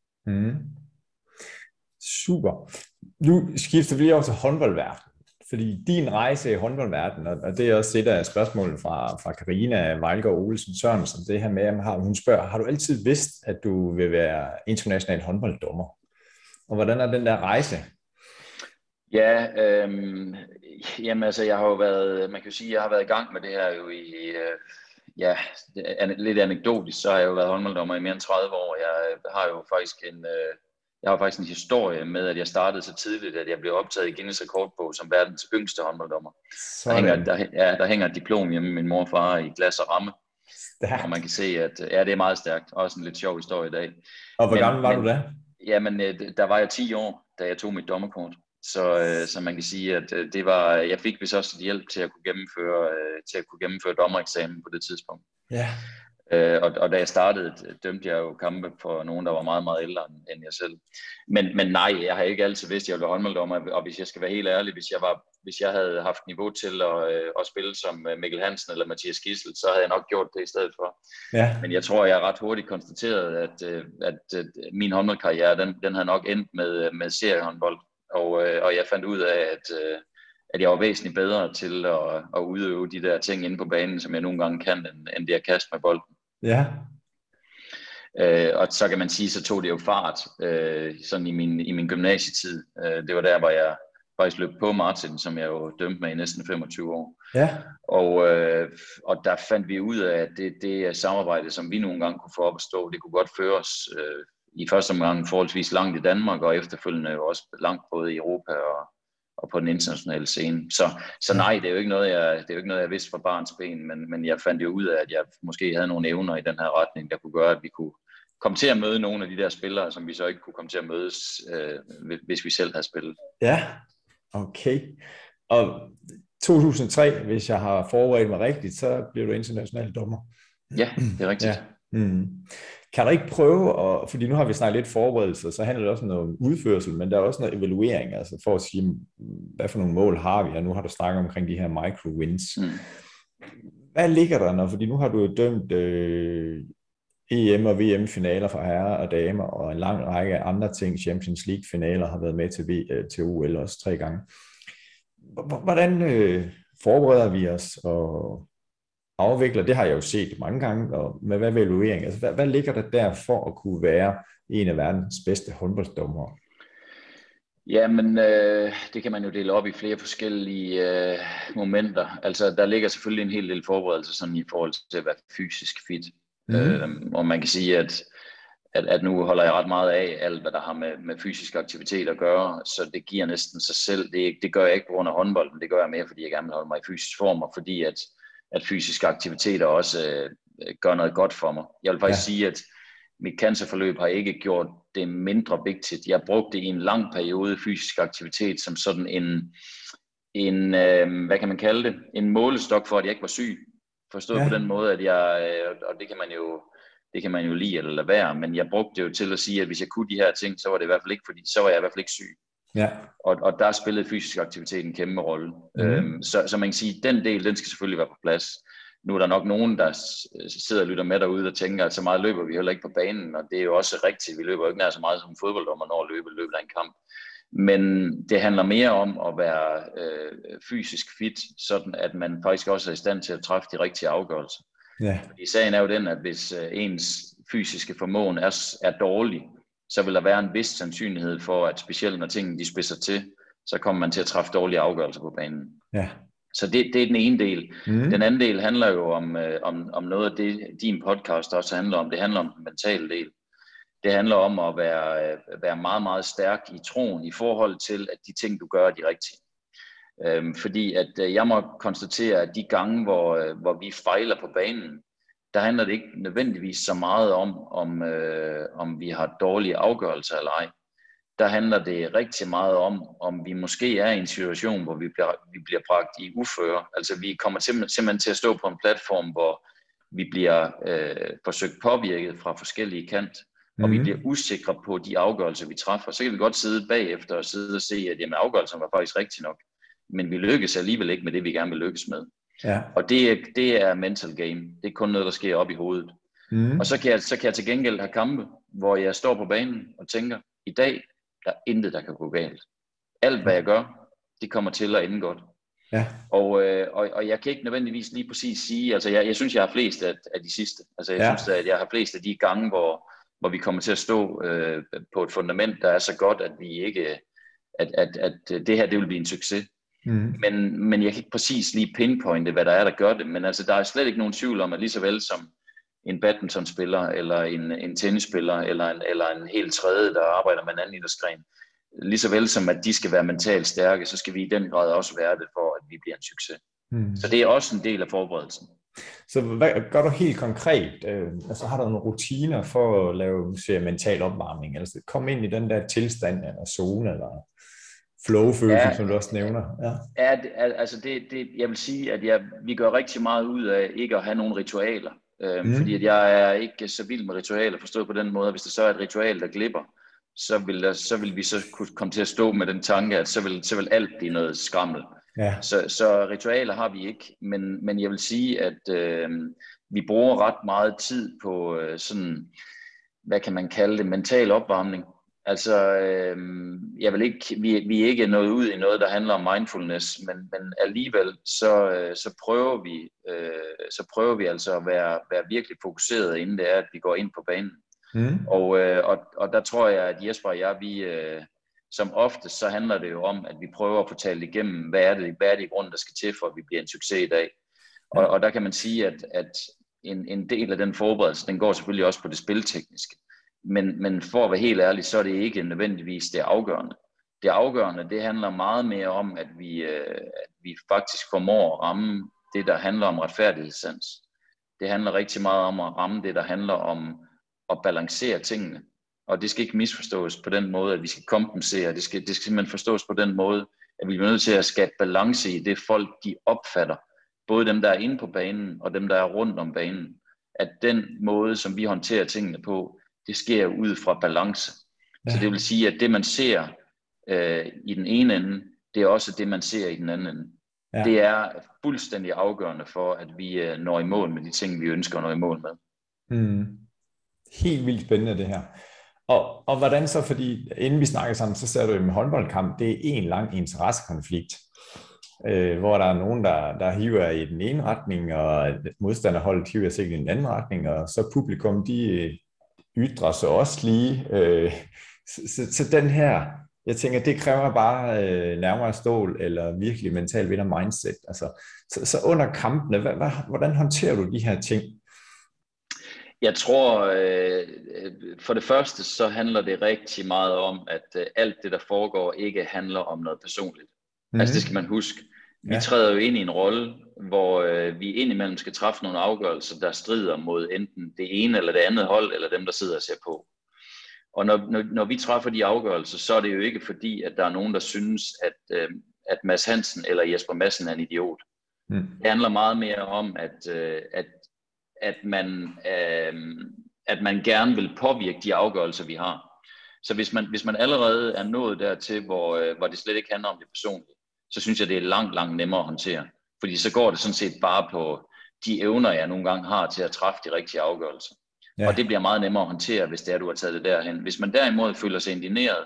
Super. Nu skifter vi lige over til håndboldverdenen. Fordi din rejse i håndboldverdenen, og det er også et af spørgsmålene fra Karina Vejlgaard Olsen Sørensen, det her med, at hun spørger, har du altid vidst, at du vil være international håndbolddommer? Og hvordan er den der rejse? Ja, jamen altså, jeg har jo været, man kan jo sige, jeg har været i gang med det her jo lidt anekdotisk, så har jeg jo været håndbolddommer i mere end 30 år. Jeg har jo faktisk Jeg har faktisk en historie med, at jeg startede så tidligt, at jeg blev optaget i Guinness rekordbog som verdens yngste håndbolddommer. Sådan. Der hænger et diplom hjemme med min mor og far i glas og ramme, hvor man Stærkt. kan se, at ja, det er meget stærkt. Også en lidt sjov historie i dag. Og hvor gammel var du da? Jamen, der var jeg 10 år, da jeg tog mit dommerkort. Så man kan sige, at jeg fik vist også hjælp til at kunne gennemføre dommereksamen på det tidspunkt. Ja. Og da jeg startede, dømte jeg jo kampe for nogen, der var meget, meget ældre end jeg selv. Men nej, jeg har ikke altid vidst, at jeg ville være håndbolddommer, og hvis jeg skal være helt ærlig, hvis jeg havde haft niveau til at spille som Mikkel Hansen eller Mathias Gissel, så havde jeg nok gjort det i stedet for. Ja. Men jeg tror, jeg ret hurtigt konstateret, at min håndboldkarriere, den havde nok endt med seriehåndbold, og jeg fandt ud af, at jeg var væsentligt bedre til at udøve de der ting inde på banen, som jeg nogle gange kan, end det at kaste med bolden. Ja. Og så kan man sige, så tog det jo fart sådan i min gymnasietid. Det var der, hvor jeg faktisk løb på Martin, som jeg jo dømte med i næsten 25 år. Ja. Og der fandt vi ud af, at det samarbejde, som vi nogle gange kunne få op at stå, det kunne godt føre os i første omgang forholdsvis langt i Danmark, og efterfølgende jo også langt både i Europa og på den internationale scene. Så nej, det er jo ikke noget, jeg vidste fra barns ben, men jeg fandt jo ud af, at jeg måske havde nogle evner i den her retning, der kunne gøre, at vi kunne komme til at møde nogle af de der spillere, som vi så ikke kunne komme til at mødes, hvis vi selv havde spillet. Ja, okay. Og 2003, hvis jeg har forberedt mig rigtigt, så bliver du international dommer. Ja, det er rigtigt. Ja. Kan du ikke prøve, fordi nu har vi snakket lidt forberedelse, så handler det også om udførsel, men der er også noget evaluering, altså for at sige, hvad for nogle mål har vi, og nu har du snakket omkring de her micro-wins. Hvad ligger der, fordi nu har du jo dømt EM og VM-finaler for herrer og damer, og en lang række andre ting, Champions League-finaler har været med til OL også 3 gange. Hvordan forbereder vi os og afvikler, det har jeg jo set mange gange, og med hvad evaluering, altså hvad ligger der for at kunne være en af verdens bedste håndbolddommere? Jamen, det kan man jo dele op i flere forskellige momenter. Altså, der ligger selvfølgelig en hel del forberedelse sådan i forhold til at være fysisk fit. Og man kan sige, at nu holder jeg ret meget af alt, hvad der har med fysisk aktivitet at gøre, så det giver næsten sig selv. Det gør jeg ikke på grund af håndbolden, det gør jeg mere, fordi jeg gerne vil holde mig i fysisk form, og fordi at fysiske aktiviteter også gør noget godt for mig. Jeg vil faktisk sige, at mit cancerforløb har ikke gjort det mindre vigtigt. Jeg brugte i en lang periode fysisk aktivitet som sådan en hvad kan man kalde det, en målestok for, at jeg ikke var syg. Forstået på den måde, at og det kan man jo lide eller lade være, men jeg brugte det jo til at sige, at hvis jeg kunne de her ting, så var det i hvert fald ikke, fordi så var jeg i hvert fald ikke syg. Ja. Og der spillede fysisk aktivitet en kæmpe rolle. Så man kan sige, at den del, den skal selvfølgelig være på plads. Nu er der nok nogen, der sidder og lytter med derude og tænker, at så meget løber vi heller ikke på banen, og det er jo også rigtigt. Vi løber jo ikke nær så meget som fodbolddommer, når løbet af en kamp. Men det handler mere om at være fysisk fit, sådan at man faktisk også er i stand til at træffe de rigtige afgørelser. Ja. Fordi sagen er jo den, at hvis ens fysiske formåen er dårlig, så vil der være en vis sandsynlighed for, at specielt når tingene de spidser til, så kommer man til at træffe dårlige afgørelser på banen. Ja. Så det er den ene del. Den anden del handler jo om noget af det, din podcast også handler om. Det handler om den mentale del. Det handler om at være meget, meget stærk i troen i forhold til, at de ting, du gør, er de rigtige. Fordi at jeg må konstatere, at de gange, hvor vi fejler på banen, der handler det ikke nødvendigvis så meget om vi har dårlige afgørelser eller ej. Der handler det rigtig meget om vi måske er i en situation, hvor vi bliver bragt i uføre. Altså vi kommer simpelthen til at stå på en platform, hvor vi bliver forsøgt påvirket fra forskellige kant, og vi bliver usikre på de afgørelser, vi træffer. Så kan vi godt sidde bagefter og sidde og se, at jamen, afgørelsen var faktisk rigtig nok. Men vi lykkes alligevel ikke med det, vi gerne vil lykkes med. Ja. Og det er mental game. Det er kun noget, der sker op i hovedet. Og så kan jeg til gengæld have kampe, hvor jeg står på banen og tænker, i dag, der er intet, der kan gå galt. Alt, hvad jeg gør, det kommer til at ende godt. Ja. Og jeg kan ikke nødvendigvis lige præcis sige, altså jeg synes, jeg har flest af de sidste. Altså jeg synes, at jeg har flest af de gange, hvor vi kommer til at stå på et fundament, der er så godt, at vi ikke, at det her, det vil blive en succes. Men jeg kan ikke præcis lige pinpointe, hvad der gør det. Men altså, der er slet ikke nogen tvivl om, at lige så vel en badmintonspiller, eller en tennisspiller, eller en helt tredje, der arbejder med en anden idrætsgren. Lige så vel som at de skal være mentalt stærke, så skal vi i den grad også være det, for at vi bliver en succes. Så det er også en del af forberedelsen. Så hvad gør du helt konkret? Altså har du nogle rutiner for at lave mental opvarmning? Altså komme ind i den der tilstand, eller zone, eller flow-følelse, som du også nævner? Jeg vil sige, at vi gør rigtig meget ud af ikke at have nogle ritualer. Fordi at jeg er ikke så vild med ritualer, forstået på den måde, at hvis der så er et ritual, der glipper, så vil vi så kunne komme til at stå med den tanke, at så vil alt blive noget skrammel. Ja. Så ritualer har vi ikke, men jeg vil sige, at vi bruger ret meget tid på sådan, hvad kan man kalde det, mental opvarmning. Altså, jeg vil ikke, vi er ikke nået ud i noget, der handler om mindfulness, men alligevel så prøver vi altså at være virkelig fokuseret, inden det er, at vi går ind på banen. Og der tror jeg, at Jesper og jeg, som oftest, så handler det jo om, at vi prøver at få talt igennem, hvad er det i grunden, der skal til, for at vi bliver en succes i dag. Og der kan man sige, at en del af den forberedelse, den går selvfølgelig også på det spiltekniske. Men for at være helt ærlig, så er det ikke nødvendigvis det afgørende. Det afgørende, det handler meget mere om, at vi faktisk formår at ramme det, der handler om retfærdighedssans. Det handler rigtig meget om at ramme det, der handler om at balancere tingene. Og det skal ikke misforstås på den måde, at vi skal kompensere. Det skal simpelthen forstås på den måde, at vi er nødt til at skabe balance i det, folk de opfatter. Både dem, der er inde på banen, og dem, der er rundt om banen. At den måde, som vi håndterer tingene på, det sker ud fra balance. Ja. Så det vil sige, at det, man ser i den ene ende, det er også det, man ser i den anden ende. Ja. Det er fuldstændig afgørende for, at vi når i mål med de ting, vi ønsker at nå i mål med. Helt vildt spændende det her. Og hvordan så, fordi inden vi snakker sammen, så ser du en håndboldkamp, det er en lang interessekonflikt, hvor der er nogen, der hiver i den ene retning, og modstanderholdet hiver sig i den anden retning, og så publikum, de ytrer sig også lige. Så den her, jeg tænker, det kræver bare nærmere stål, eller virkelig mental vinder mindset. Altså, så under kampene, hvordan håndterer du de her ting? Jeg tror, for det første, så handler det rigtig meget om, at alt det, der foregår, ikke handler om noget personligt. Altså det skal man huske. Vi træder jo ind i en rolle, hvor vi indimellem skal træffe nogle afgørelser, der strider mod enten det ene eller det andet hold, eller dem, der sidder og ser på. Og når vi træffer de afgørelser, så er det jo ikke fordi, at der er nogen, der synes, at Mads Hansen eller Jesper Madsen er en idiot. Det handler meget mere om, at man gerne vil påvirke de afgørelser, vi har. Så hvis man allerede er nået dertil, hvor det slet ikke handler om det personlige, så synes jeg, det er langt nemmere at håndtere. Fordi så går det sådan set bare på de evner, jeg nogle gange har til at træffe de rigtige afgørelser. Ja. Og det bliver meget nemmere at håndtere, hvis det er, du har taget det derhen. Hvis man derimod føler sig indigneret,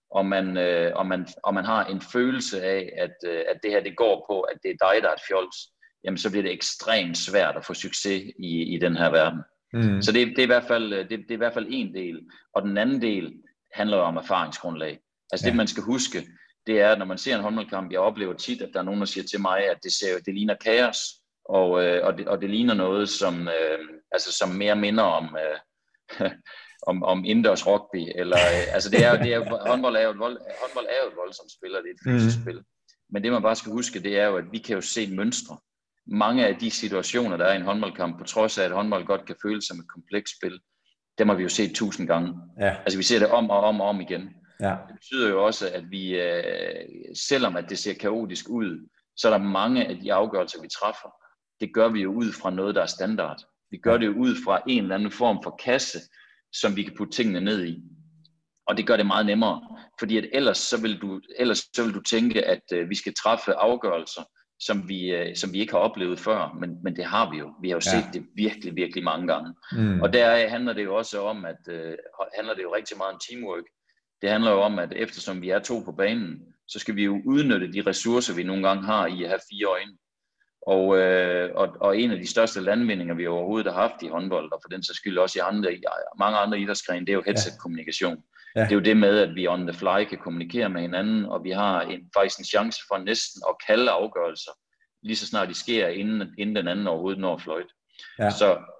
og man har en følelse af, at det her det går på, at det er dig, der er et fjols, jamen så bliver det ekstremt svært at få succes i den her verden. Så det er i hvert fald en del. Og den anden del handler om erfaringsgrundlag. Altså det, man skal huske, det er, når man ser en håndboldkamp, jeg oplever tit, at der er nogen, der siger til mig, at det ligner kaos, og det ligner noget, som mere minder om indendørs rugby. Eller, håndbold er jo et voldsomt spil, og det er et fysisk spil. Men det, man bare skal huske, det er jo, at vi kan jo se mønstre. Mange af de situationer, der er i en håndboldkamp, på trods af, at håndbold godt kan føles som et komplekst spil, dem har vi jo set 1000 gange. Ja. Altså vi ser det om og om igen. Ja. Det betyder jo også, at vi, selvom at det ser kaotisk ud, så er der mange af de afgørelser, vi træffer. Det gør vi jo ud fra noget, der er standard. Vi gør det jo ud fra en eller anden form for kasse, som vi kan putte tingene ned i. Og det gør det meget nemmere, fordi at ellers så vil du tænke, at vi skal træffe afgørelser, som vi ikke har oplevet før, men det har vi jo. Vi har jo set det virkelig, virkelig mange gange. Og der handler det jo også om, handler det jo rigtig meget om teamwork. Det handler jo om, at eftersom vi er 2 på banen, så skal vi jo udnytte de ressourcer, vi nogle gange har i at have 4 øjne. Og en af de største landvindinger, vi overhovedet har haft i håndbold, og for den sags skyld også i mange andre idrætsgrene, det er jo headset-kommunikation. Ja. Det er jo det med, at vi on the fly kan kommunikere med hinanden, og vi har faktisk en chance for næsten at kalde afgørelser, lige så snart de sker, inden den anden overhovedet når fløjt. Ja. Så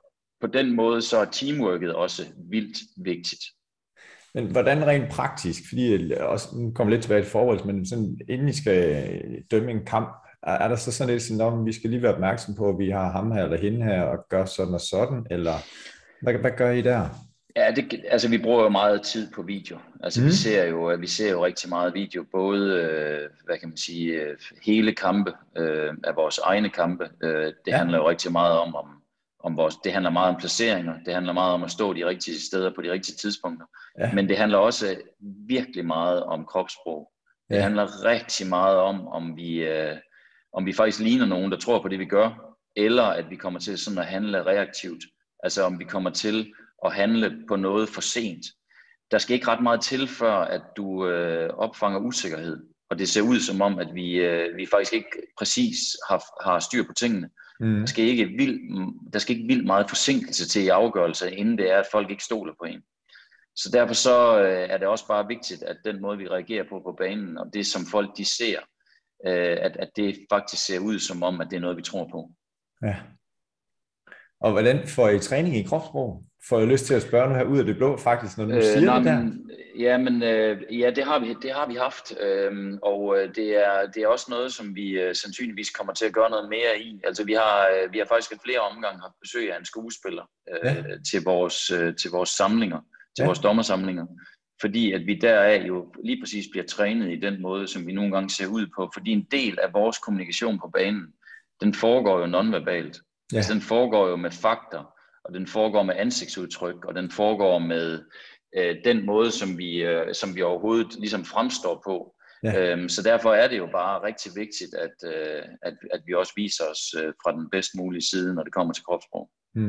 på den måde, så er teamworket også vildt vigtigt. Men hvordan rent praktisk, fordi jeg også nu kommer lidt tilbage til forholdet, men sådan, inden I skal dømme en kamp, er der så sådan lidt sådan, om vi skal lige være opmærksom på, at vi har ham her eller hende her, og gør sådan og sådan, eller hvad gør I der? Ja, altså vi bruger jo meget tid på video. Altså vi ser jo rigtig meget video, både hvad kan man sige, hele kampe af vores egne kampe. Det handler jo rigtig meget om vores, det handler meget om placeringer, det handler meget om at stå de rigtige steder på de rigtige tidspunkter. Ja. Men det handler også virkelig meget om kropssprog. Det handler rigtig meget om vi faktisk ligner nogen, der tror på det vi gør, eller at vi kommer til sådan at handle reaktivt. Altså om vi kommer til at handle på noget for sent. Der skal ikke ret meget til, før at du opfanger usikkerhed, og det ser ud som om, at vi faktisk ikke præcis har styr på tingene. Der skal ikke vildt meget forsinkelse til i afgørelser, inden det er, at folk ikke stoler på en. Så derfor så er det også bare vigtigt, at den måde, vi reagerer på banen, og det som folk de ser, at det faktisk ser ud som om, at det er noget, vi tror på. Ja. Og hvordan får I træning i kropssprog? Får I lyst til at spørge nu her ud af det blå faktisk, når du siger det der? Ja, det har vi haft, og det er også noget, som vi sandsynligvis kommer til at gøre noget mere i. Altså vi har faktisk i flere omgange haft besøg af en skuespiller til vores samlinger, til vores dommersamlinger, fordi at vi deraf jo lige præcis bliver trænet i den måde, som vi nogle gange ser ud på, fordi en del af vores kommunikation på banen, den foregår jo nonverbalt. Ja. Altså, den foregår jo med fakter, og den foregår med ansigtsudtryk, og den foregår med den måde, som vi overhovedet ligesom fremstår på. Ja. Så derfor er det jo bare rigtig vigtigt, at vi også viser os fra den bedst mulige side, når det kommer til kropssprog.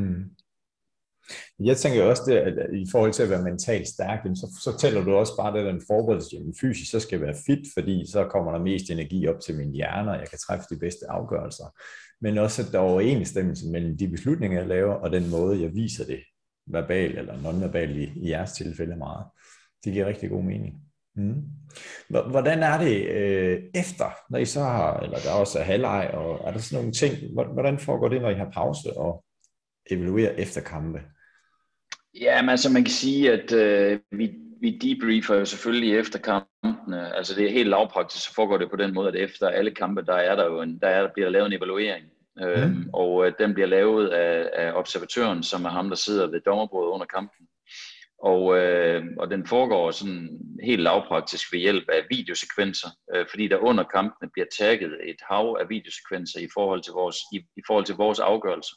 Jeg tænker også det, at i forhold til at være mentalt stærk, så tæller du også bare det, den forberedelse, at fysisk så skal være fit, fordi så kommer der mest energi op til min hjerne, og jeg kan træffe de bedste afgørelser. Men også at der er overensstemmelse mellem de beslutninger, jeg laver, og den måde, jeg viser det, verbal eller non-verbal i jeres tilfælde meget. Det giver rigtig god mening. Hvordan er det efter, når I så har, eller der også er halvleg, og er der sådan nogle ting, hvordan foregår det, når I har pause og evaluerer efter kampe? Ja, men altså man kan sige, at vi debriefer jo selvfølgelig efter kampene. Altså det er helt lavpraktisk, så foregår det på den måde, at efter alle kampe, bliver lavet en evaluering. Og den bliver lavet af observatøren, som er ham, der sidder ved dommerbordet under kampen. Og den foregår sådan helt lavpraktisk ved hjælp af videosekvenser, fordi der under kampene bliver tagget et hav af videosekvenser i forhold til vores afgørelser.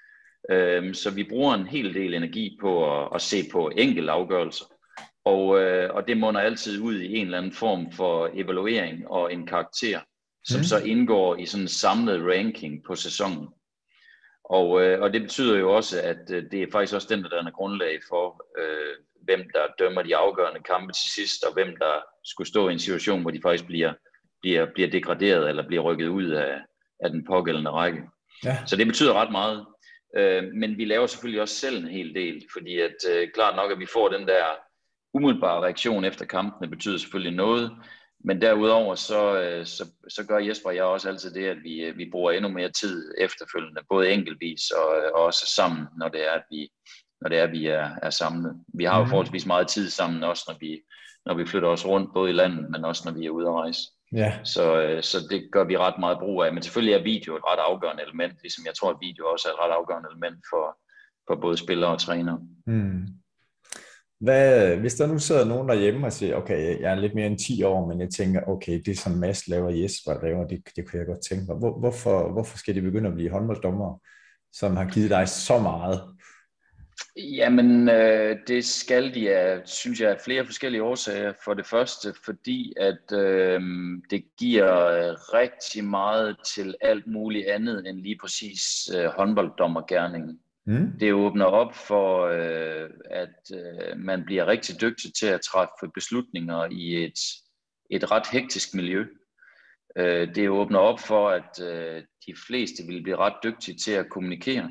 Så vi bruger en hel del energi på at se på enkelte afgørelser, og det munder altid ud i en eller anden form for evaluering og en karakter, som så indgår i sådan en samlet ranking på sæsonen. Og det betyder jo også, at det er faktisk også den, der danner grundlag for, hvem der dømmer de afgørende kampe til sidst, og hvem der skulle stå i en situation, hvor de faktisk bliver degraderet eller bliver rykket ud af den pågældende række. Ja. Så det betyder ret meget. Men vi laver selvfølgelig også selv en hel del, fordi at klart nok, at vi får den der umiddelbare reaktion efter kampene, betyder selvfølgelig noget. Men derudover så gør Jesper og jeg også altid det, at vi bruger endnu mere tid efterfølgende, både enkeltvis og også sammen, når det er, at vi er samlet. Vi har jo forholdsvis meget tid sammen, også når vi flytter os rundt, både i landet, men også når vi er ude at rejse. Ja. Så det gør vi ret meget brug af. Men selvfølgelig er video et ret afgørende element, ligesom jeg tror, at video også er et ret afgørende element for både spillere og trænere. Hvis der nu sidder nogen derhjemme og siger, okay, jeg er lidt mere end 10 år, men jeg tænker, okay, det som Mads laver, Jesper laver, det kunne jeg godt tænke mig. Hvorfor skal de begynde at blive håndbolddommere, som har givet dig så meget? Jamen, det skal de af, synes jeg, af flere forskellige årsager. For det første, fordi at det giver rigtig meget til alt muligt andet end lige præcis håndbolddommergerningen. Det åbner op for, at man bliver rigtig dygtig til at træffe beslutninger i et ret hektisk miljø. Det åbner op for, at de fleste vil blive ret dygtige til at kommunikere.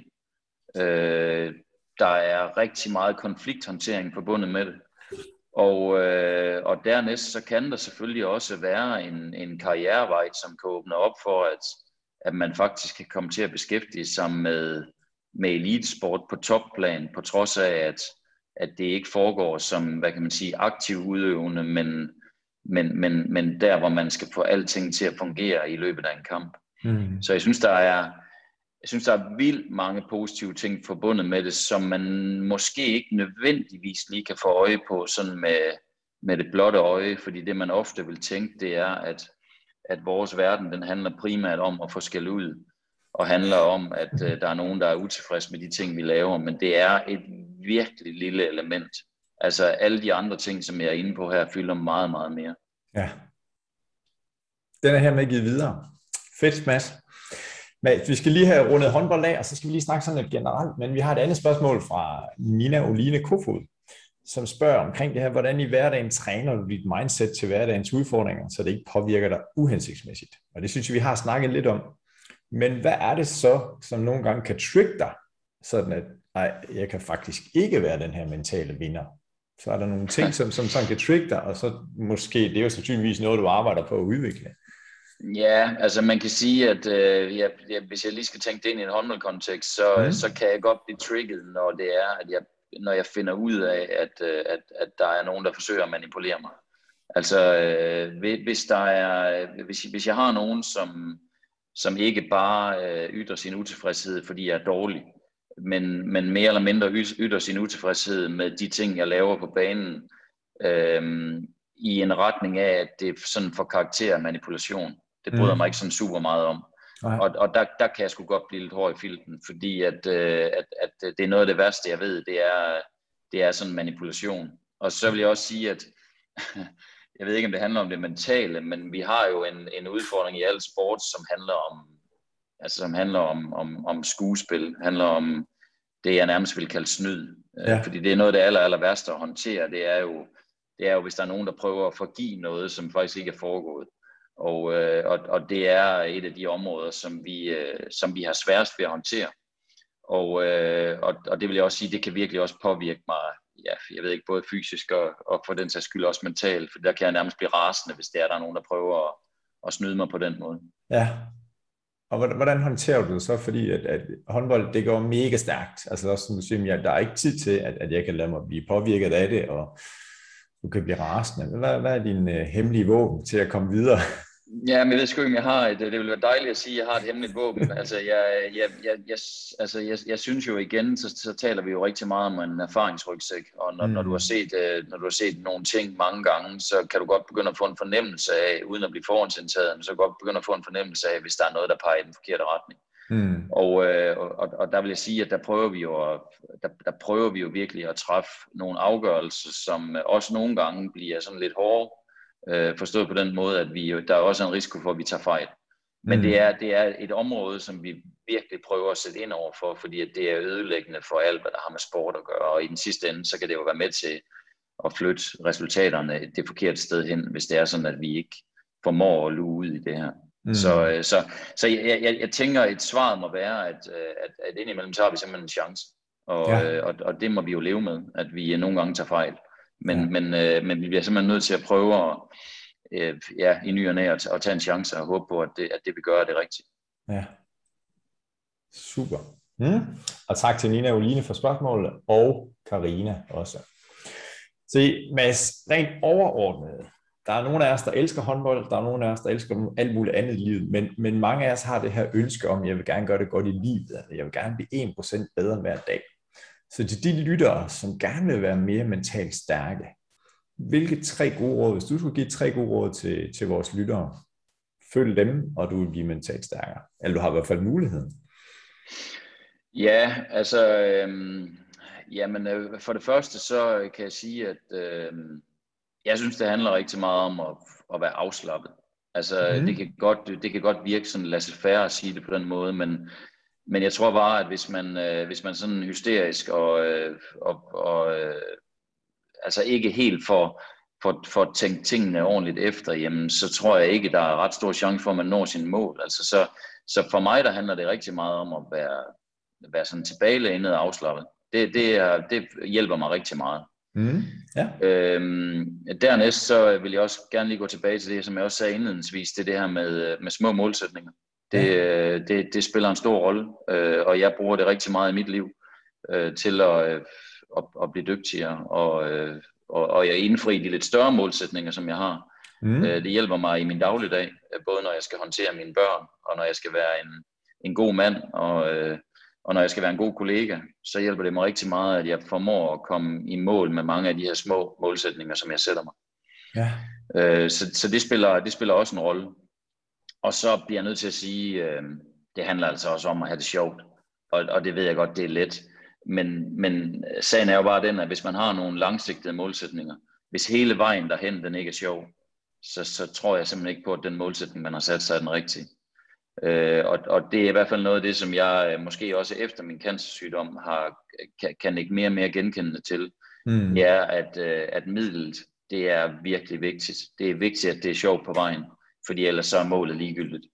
Der er rigtig meget konflikthåndtering forbundet med det. Og dernæst så kan der selvfølgelig også være en karrierevej, som kan åbne op for, at man faktisk kan komme til at beskæftige sig med med elitesport på topplan, på trods af, at det ikke foregår som, hvad kan man sige, aktiv udøvende, men der, hvor man skal få alting til at fungere i løbet af en kamp. Så jeg synes, der er vildt mange positive ting forbundet med det, som man måske ikke nødvendigvis lige kan få øje på sådan med det blotte øje, fordi det man ofte vil tænke, det er, at vores verden, den handler primært om at få skæld ud, og handler om, at der er nogen, der er utilfredse med de ting, vi laver, men det er et virkelig lille element. Altså alle de andre ting, som jeg er inde på her, fylder meget, meget mere. Ja. Den er her med givet videre. Fedt, Mads. Men vi skal lige have rundet håndbold af, og så skal vi lige snakke sådan lidt generelt, men vi har et andet spørgsmål fra Nina Oline Kofod, som spørger omkring det her, hvordan i hverdagen træner du dit mindset til hverdagens udfordringer, så det ikke påvirker dig uhensigtsmæssigt. Og det synes jeg, vi har snakket lidt om. Men hvad er det så, som nogle gange kan trigge dig, sådan at jeg kan faktisk ikke være den her mentale vinder? Så er der nogle ting, som sådan kan trigge dig, og så måske, det er jo sandsynligvis noget, du arbejder på at udvikle. Ja, altså man kan sige, at hvis jeg lige skal tænke det ind i en håndboldkontekst, så kan jeg godt blive trigget, når det er, når jeg finder ud af, at der er nogen, der forsøger at manipulere mig. Altså hvis jeg har nogen, som ikke bare ytrer sin utilfredshed, fordi jeg er dårlig, men mere eller mindre ytrer sin utilfredshed med de ting, jeg laver på banen, i en retning af, at det sådan får karakter af manipulation. Det bryder mig ikke sådan super meget om. Og der kan jeg sgu godt blive lidt hård i filten, fordi at det er noget af det værste, jeg ved, det er sådan manipulation. Og så vil jeg også sige, at jeg ved ikke, om det handler om det mentale, men vi har jo en udfordring i al sport, som handler om skuespil, handler om det, jeg nærmest vil kalde snyd. Ja. Fordi det er noget af det aller værste at håndtere. Det er jo, hvis der er nogen, der prøver at forgive noget, som faktisk ikke er foregået. Og det er et af de områder, som vi har sværest ved at håndtere. Og det vil jeg også sige, det kan virkelig også påvirke mig, ja, jeg ved ikke, både fysisk og for den sags skyld også mentalt, for der kan jeg nærmest blive rasende, hvis der er nogen, der prøver at snyde mig på den måde. Ja. Og hvordan håndterer du det så? Fordi at håndbold, det går mega stærkt. Altså også som du siger, der er ikke tid til, at jeg kan lade mig blive påvirket af det, og du kan blive rasende. Hvad er din hemmelige våben til at komme videre? Ja, men jeg ved sgu ikke, om jeg har det vil være dejligt at sige, at jeg har et hemmeligt våben. Altså, jeg synes jo igen, så taler vi jo rigtig meget om en erfaringsrygsæk, og når du har set nogle ting mange gange, så kan du godt begynde at få en fornemmelse af, uden at blive forhåndsindtaget, så kan du godt begynde at få en fornemmelse af, hvis der er noget, der peger i den forkerte retning. Og der vil jeg sige, at der prøver vi jo virkelig at træffe nogle afgørelser, som også nogle gange bliver sådan lidt hårde, forstået på den måde, at der er også en risiko for, at vi tager fejl. Men det er et område, som vi virkelig prøver at sætte ind over for, fordi at det er ødelæggende for alt, hvad der har med sport at gøre. Og i den sidste ende, så kan det jo være med til at flytte resultaterne det forkerte sted hen, hvis det er sådan, at vi ikke formår at luge ud i det her. Så jeg tænker, at et svar må være, at indimellem så har vi simpelthen en chance. Og det må vi jo leve med, at vi nogle gange tager fejl. Men vi bliver simpelthen nødt til at prøve i ny og næ at tage en chance og håbe på, at det vi gør er det rigtigt. Ja. Super. Og tak til Nina Oline for spørgsmålet, og Karina også. Se, Mads, rent overordnet, der er nogle af os, der elsker håndbold, der er nogle af os, der elsker alt muligt andet i livet, men mange af os har det her ønske om, jeg vil gerne gøre det godt i livet, jeg vil gerne blive 1% bedre hver dag. Så til de lyttere, som gerne vil være mere mentalt stærke, hvilke 3 gode råd, hvis du skulle give 3 gode råd til vores lyttere, følg dem, og du vil blive mentalt stærkere. Eller du har i hvert fald muligheden. Ja, altså, for det første, så kan jeg sige, at jeg synes, det handler rigtig meget om at være afslappet. Altså, det kan godt virke sådan laissez-faire at sige det på den måde, men jeg tror bare, at hvis man sådan hysterisk og altså ikke helt får tænkt tingene ordentligt efter, jamen, så tror jeg ikke, der er ret stor chance for, at man når sine mål. Altså, så for mig, der handler det rigtig meget om at være sådan tilbagelænet og afslappet. Det hjælper mig rigtig meget. Ja. Dernæst så vil jeg også gerne lige gå tilbage til det, som jeg også sagde indledningsvis, det her med små målsætninger. Det spiller en stor rolle, og jeg bruger det rigtig meget i mit liv til at blive dygtigere, og jeg indfri de lidt større målsætninger, som jeg har. Det hjælper mig i min dagligdag, både når jeg skal håndtere mine børn, og når jeg skal være en god mand, og når jeg skal være en god kollega, så hjælper det mig rigtig meget, at jeg formår at komme i mål med mange af de her små målsætninger, som jeg sætter mig. Ja. Så det spiller også en rolle. Og så bliver jeg nødt til at sige, det handler altså også om at have det sjovt. Og det ved jeg godt, det er let. Men sagen er jo bare den, at hvis man har nogle langsigtede målsætninger, hvis hele vejen derhen, den ikke er sjov, så tror jeg simpelthen ikke på, at den målsætning, man har sat sig, er den rigtige. Og det er i hvert fald noget af det, som jeg måske også efter min cancersygdom kan ikke mere og mere genkende til. Det er, at midlet, det er virkelig vigtigt. Det er vigtigt, at det er sjovt på vejen, fordi ellers så er målet ligegyldigt.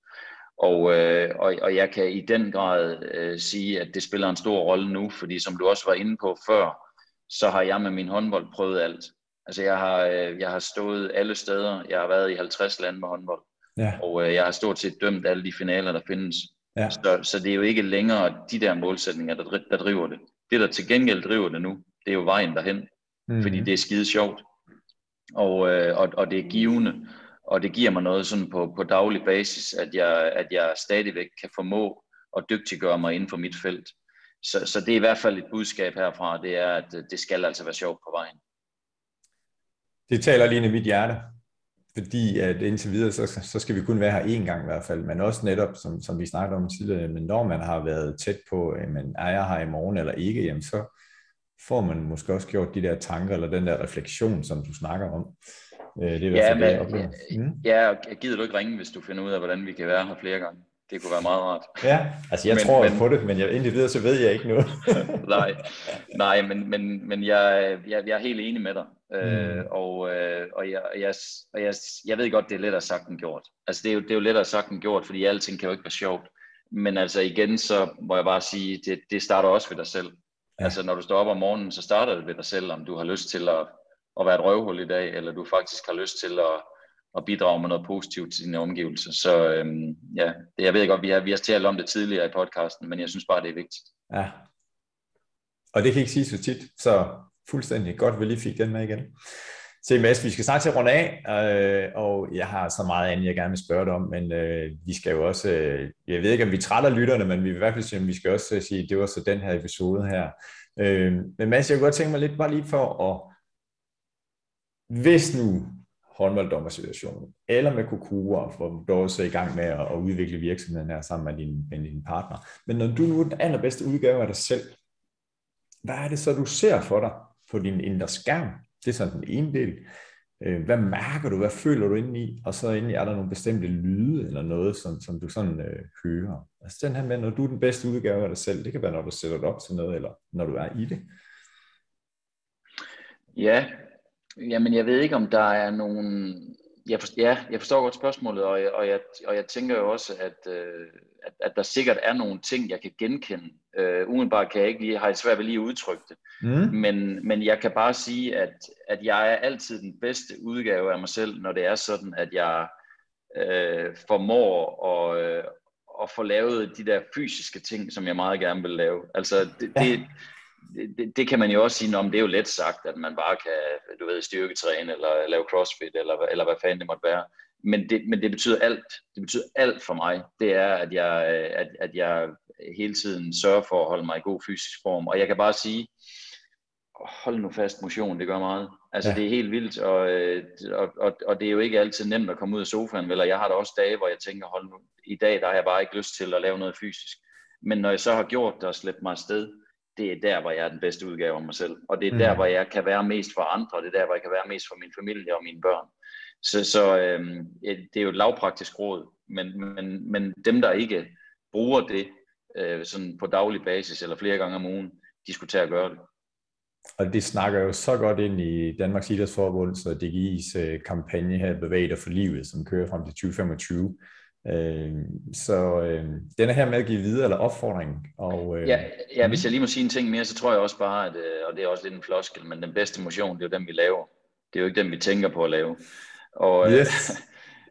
Og jeg kan i den grad sige, at det spiller en stor rolle nu, fordi som du også var inde på før, så har jeg med min håndbold prøvet alt. Altså jeg har stået alle steder. Jeg har været i 50 lande med håndbold. Ja. Og jeg har stort set dømt alle de finaler, der findes. Ja. Så det er jo ikke længere de der målsætninger, der driver det. Det, der til gengæld driver det nu, det er jo vejen derhen. Fordi det er skide sjovt. Og det er givende. Og det giver mig noget sådan på daglig basis, at jeg stadigvæk kan formå at dygtiggøre mig inden for mit felt. Så det er i hvert fald et budskab herfra, det er, at det skal altså være sjovt på vejen. Det taler lige ind i mit hjerte. Fordi at indtil videre, så skal vi kun være her én gang i hvert fald, men også netop, som vi snakkede om tidligere, men når man har været tæt på, men er jeg her i morgen eller ikke, jamen så får man måske også gjort de der tanker, eller den der refleksion, som du snakker om. Det er i hvert fald det, jeg oplever. Ja, gider du ikke ringe, hvis du finder ud af, hvordan vi kan være her flere gange? Det kunne være meget rart. Ja, altså jeg tror på det, men indtil videre, så ved jeg ikke noget. Nej, men jeg er helt enig med dig. Jeg ved godt, det er lettere sagt end gjort. Altså det er jo lettere sagt end gjort, fordi alting kan jo ikke være sjovt. Men altså igen, så må jeg bare sige, det starter også ved dig selv. Ja. Altså når du står op om morgenen, så starter det ved dig selv, om du har lyst til at være et røvhul i dag, eller du faktisk har lyst til at bidrage med noget positivt til dine omgivelser. Så jeg ved godt, vi har talt om det tidligere i podcasten, men jeg synes bare, det er vigtigt. Ja, og det kan ikke sige så tit, så fuldstændig godt, vi lige fik den med igen. Så Mads, vi skal snart til at runde af, og jeg har så meget andet, jeg gerne vil spørge dig om, men vi skal jo også, jeg ved ikke, om vi trætter lytterne, men vi vil i hvert fald sige, at vi skal også sige, at det var så den her episode her. Men Mads, jeg kunne godt tænke mig lidt bare lige for at, hvis nu håndbolddommersituationen, eller med Kokura, hvor du også er i gang med at udvikle virksomheden her sammen med din partner, men når du nu er den allerbedste udgave af dig selv, hvad er det så, du ser for dig på din indre skærm? Det er sådan den ene del. Hvad mærker du? Hvad føler du indeni? Og så indeni er der nogle bestemte lyde eller noget, som du sådan hører. Altså den her med, når du er den bedste udgave af dig selv, det kan være, når du sætter det op til noget, eller når du er i det. Ja, jamen jeg ved ikke, om der er nogen... Jeg forstår godt spørgsmålet, og jeg tænker jo også, at der sikkert er nogle ting, jeg kan genkende. Umiddelbart kan jeg ikke har jeg svært ved lige at udtrykke det. Men jeg kan bare sige, at jeg er altid den bedste udgave af mig selv, når det er sådan, at jeg formår at få lavet de der fysiske ting, som jeg meget gerne vil lave. Altså det kan man jo også sige, om det er jo let sagt, at man bare kan, du ved, styrketræne eller lave crossfit eller hvad fanden det måtte være. Men det betyder alt. Det betyder alt for mig. Det er, at jeg hele tiden sørger for at holde mig i god fysisk form. Og jeg kan bare sige, hold nu fast, motion, det gør meget. Altså det er helt vildt, og det er jo ikke altid nemt at komme ud af sofaen, vel? Og jeg har da også dage, hvor jeg tænker, hold nu, i dag der har jeg bare ikke lyst til at lave noget fysisk. Men når jeg så har gjort det og slæbt mig afsted, det er der, hvor jeg er den bedste udgave af mig selv. Og det er der, hvor jeg kan være mest for andre, og det er der, hvor jeg kan være mest for min familie og mine børn. Så det er jo et lavpraktisk råd, men dem, der ikke bruger det sådan på daglig basis eller flere gange om ugen, de skulle tage at gøre det. Og det snakker jo så godt ind i Danmarks Idrætsforbund, så DGI's kampagne her, Bevæg dig for livet, som kører frem til 2025. Så den er her med at give videre, eller opfordring. Og, hvis jeg lige må sige en ting mere, så tror jeg også bare, at, og det er også lidt en floskel, men den bedste motion, det er jo den, vi laver. Det er jo ikke den, vi tænker på at lave. Og, yes.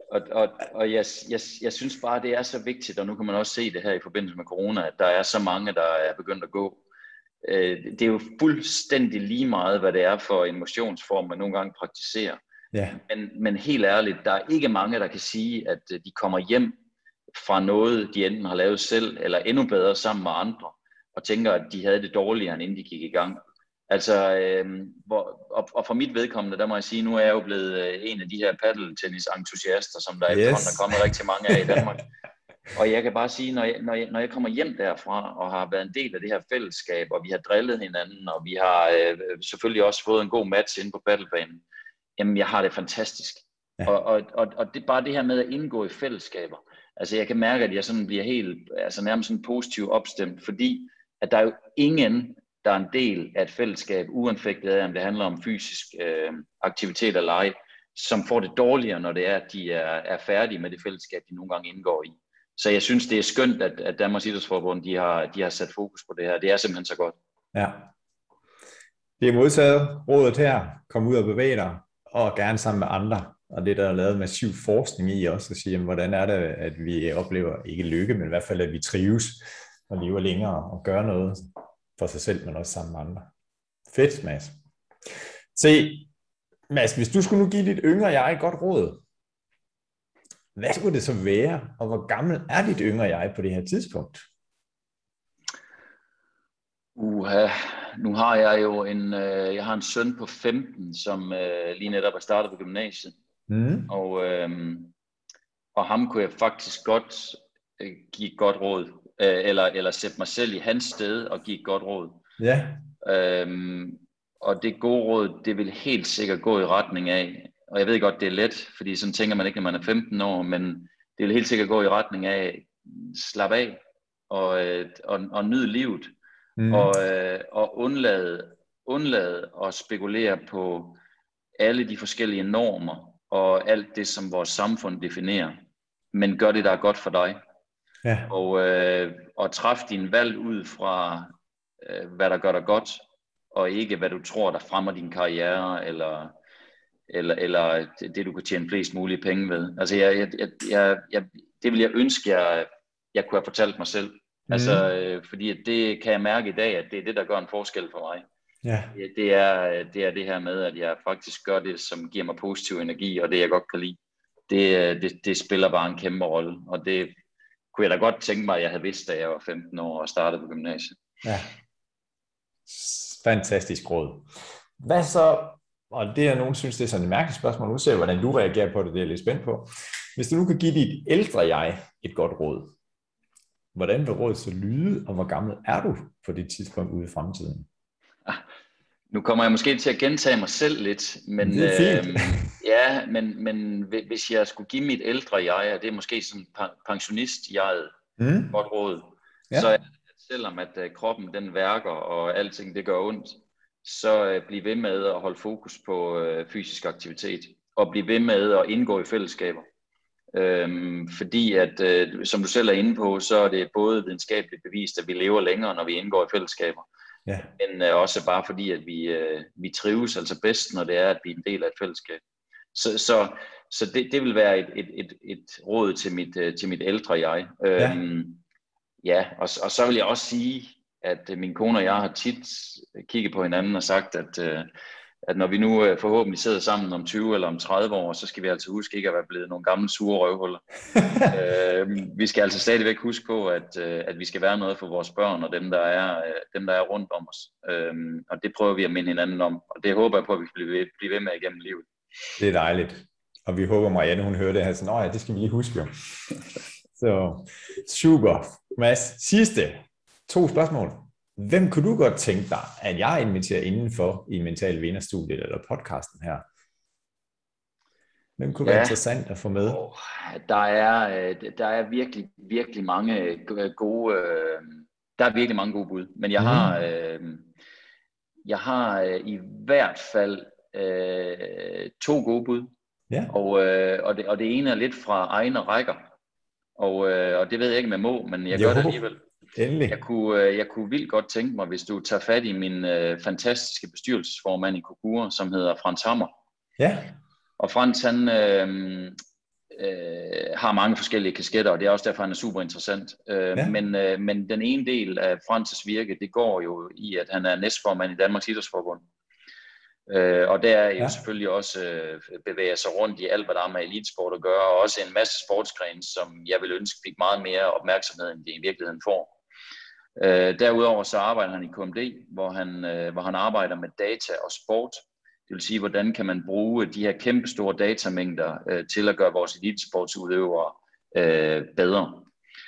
og jeg synes bare, det er så vigtigt, og nu kan man også se det her i forbindelse med corona, at der er så mange, der er begyndt at gå. Det er jo fuldstændig lige meget, hvad det er for en motionsform, man nogle gange praktiserer. Ja. Men helt ærligt, der er ikke mange, der kan sige, at de kommer hjem fra noget, de enten har lavet selv, eller endnu bedre sammen med andre, og tænker, at de havde det dårligere, end inden de gik i gang. Altså, og for mit vedkommende, der må jeg sige, nu er jeg jo blevet en af de her paddeltennis-entusiaster, som der efterhånden er kommet rigtig mange af i Danmark. Og jeg kan bare sige, når jeg kommer hjem derfra og har været en del af det her fællesskab, og vi har drillet hinanden, og vi har selvfølgelig også fået en god match inde på paddelbanen, jamen jeg har det fantastisk. Ja. Og det er bare det her med at indgå i fællesskaber. Altså jeg kan mærke, at jeg sådan bliver helt, altså nærmest sådan positivt opstemt, fordi at der er jo ingen, der er en del af et fællesskab, uanfægtet af, om det handler om fysisk aktivitet eller ej, som får det dårligere, når det er, at de er færdige med det fællesskab, de nogle gange indgår i. Så jeg synes, det er skønt, at Danmarks Idrætsforbund, de har sat fokus på det her. Det er simpelthen så godt. Ja. Det er modtaget. Rådet her. Kom ud og bevæge dig, og gerne sammen med andre. Og det, der er lavet massiv forskning i også, at sige, hvordan er det, at vi oplever, ikke lykke, men i hvert fald, at vi trives og lever længere og gør noget for sig selv, men også sammen med andre. Fedt, Mads. Se, Mads, hvis du skulle nu give dit yngre jeg et godt råd, hvad skulle det så være, og hvor gammel er dit yngre jeg på det her tidspunkt? Nu har jeg jo jeg har en søn på 15, som lige netop er startet på gymnasiet. Og ham kunne jeg faktisk godt give et godt råd, eller sætte mig selv i hans sted og give et godt råd. Ja. Og det gode råd, det vil helt sikkert gå i retning af, og jeg ved godt, det er let, fordi sådan tænker man ikke, når man er 15 år, men det vil helt sikkert gå i retning af, slap af og nyd livet, og undlade at spekulere på alle de forskellige normer, og alt det, som vores samfund definerer, men gør det, der er godt for dig. Ja. Og træf din valg ud fra, hvad der gør dig godt, og ikke hvad du tror, der fremmer din karriere, eller det, du kan tjene flest mulige penge ved. Altså, det vil jeg ønske, jeg kunne have fortalt mig selv. Altså, fordi det kan jeg mærke i dag, at det er det, der gør en forskel for mig. Ja. Det er det her med, at jeg faktisk gør det, som giver mig positiv energi, og det, jeg godt kan lide. Det spiller bare en kæmpe rolle, og det kunne jeg da godt tænke mig, at jeg havde vidst, da jeg var 15 år og startede på gymnasiet. Ja. Fantastisk råd. Hvad så, og det er nogen synes, det er sådan et mærkeligt spørgsmål, nu ser jeg, hvordan du reagerer på det, det er jeg lidt spændt på. Hvis du nu kan give dit ældre jeg et godt råd, hvordan vil rådet så lyde, og hvor gammel er du på det tidspunkt ude i fremtiden? Nu kommer jeg måske til at gentage mig selv lidt, men, men hvis jeg skulle give mit ældre jeg, og det er måske sådan pensionist-jeget godt råd, så er det, selvom at kroppen den værker, og alting det gør ondt, så bliv ved med at holde fokus på fysisk aktivitet, og bliv ved med at indgå i fællesskaber. Fordi at, som du selv er inde på, så er det både videnskabeligt bevist, at vi lever længere, når vi indgår i fællesskaber, men også bare fordi, at vi trives altså bedst, når det er, at vi er en del af et fællesskab. Så det vil være et råd til mit ældre jeg. Og så vil jeg også sige, at min kone og jeg har tit kigget på hinanden og sagt, at når vi nu forhåbentlig sidder sammen om 20 eller om 30 år, så skal vi altså huske ikke at være blevet nogle gamle sure røvhuller. Vi skal altså stadigvæk huske på, at vi skal være noget for vores børn og dem, der er rundt om os. Og det prøver vi at minde hinanden om, og det håber jeg på, at vi kan blive ved med igennem livet. Det er dejligt. Og vi håber, Marianne, hun hører det her, sådan, ja, det skal vi lige huske jo. Så super. Mads, sidste 2 spørgsmål. Hvem kunne du godt tænke dig, at jeg inviterer indenfor i Mental Vinder-studiet eller podcasten her? Hvem kunne være interessant at få med? Der er virkelig, virkelig mange gode, der er virkelig mange gode bud. Men jeg har i hvert fald 2 gode bud. Ja. Og det ene er lidt fra egne rækker. Og det ved jeg ikke, om jeg må, men jeg gør det alligevel. Endelig. Jeg kunne vildt godt tænke mig, hvis du tager fat i min fantastiske bestyrelsesformand i Kokura, som hedder Frans Hammer. Ja. Og Frans, har mange forskellige kasketter, og det er også derfor, han er super interessant. Ja. Men den ene del af Francis virke, det går jo i, at han er næstformand i Danmarks Idrætsforbund. Og der er jo selvfølgelig også bevæger sig rundt i alt, hvad der har med elitesport at gøre, og også en masse sportsgrene, som jeg vil ønske fik meget mere opmærksomhed, end de i virkeligheden får. Derudover så arbejder han i KMD, hvor han arbejder med data og sport. Det vil sige, hvordan kan man bruge de her kæmpestore datamængder til at gøre vores elitesportsudøvere bedre.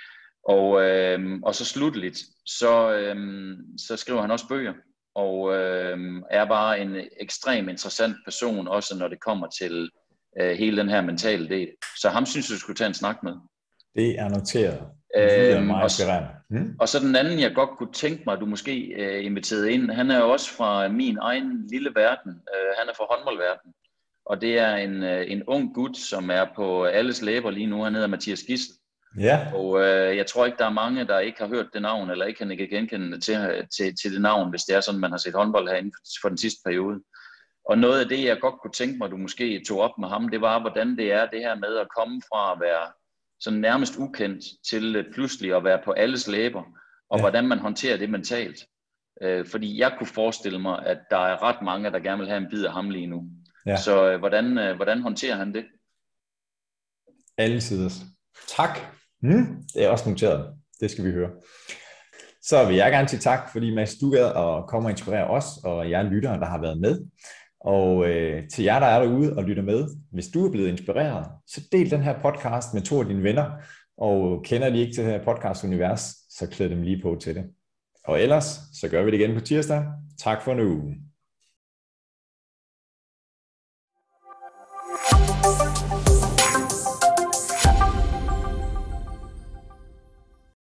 Og så slutteligt, så skriver han også bøger, og er bare en ekstremt interessant person, også når det kommer til hele den her mentale del. Så ham synes jeg, du skulle tage en snak med. Det er noteret. Det er meget inspirerende. Og så den anden, jeg godt kunne tænke mig, at du måske inviterede ind, han er jo også fra min egen lille verden. Han er fra håndboldverden. Og det er en ung gut, som er på alles læber lige nu. Han hedder Mathias Gidsel. Ja. Og jeg tror ikke, der er mange, der ikke har hørt det navn, eller ikke kan genkende til det navn, hvis det er sådan, man har set håndbold herinde for den sidste periode. Og noget af det, jeg godt kunne tænke mig, du måske tog op med ham, det var, hvordan det er det her med at komme fra at være sådan nærmest ukendt til pludselig at være på alles læber, og hvordan man håndterer det mentalt. Fordi jeg kunne forestille mig, at der er ret mange, der gerne vil have en bid af ham lige nu. Ja. Så hvordan håndterer han det? Alle sider. Tak. Det er også noteret. Det skal vi høre. Så vil jeg gerne sige tak, fordi Mads, du gad at komme og inspirere os, og jer lyttere, der har været med. Og til jer, der er derude og lytter med, hvis du er blevet inspireret, så del den her podcast med 2 af dine venner, og kender de ikke til det her podcast-univers, så klæd dem lige på til det. Og ellers, så gør vi det igen på tirsdag. Tak for nu.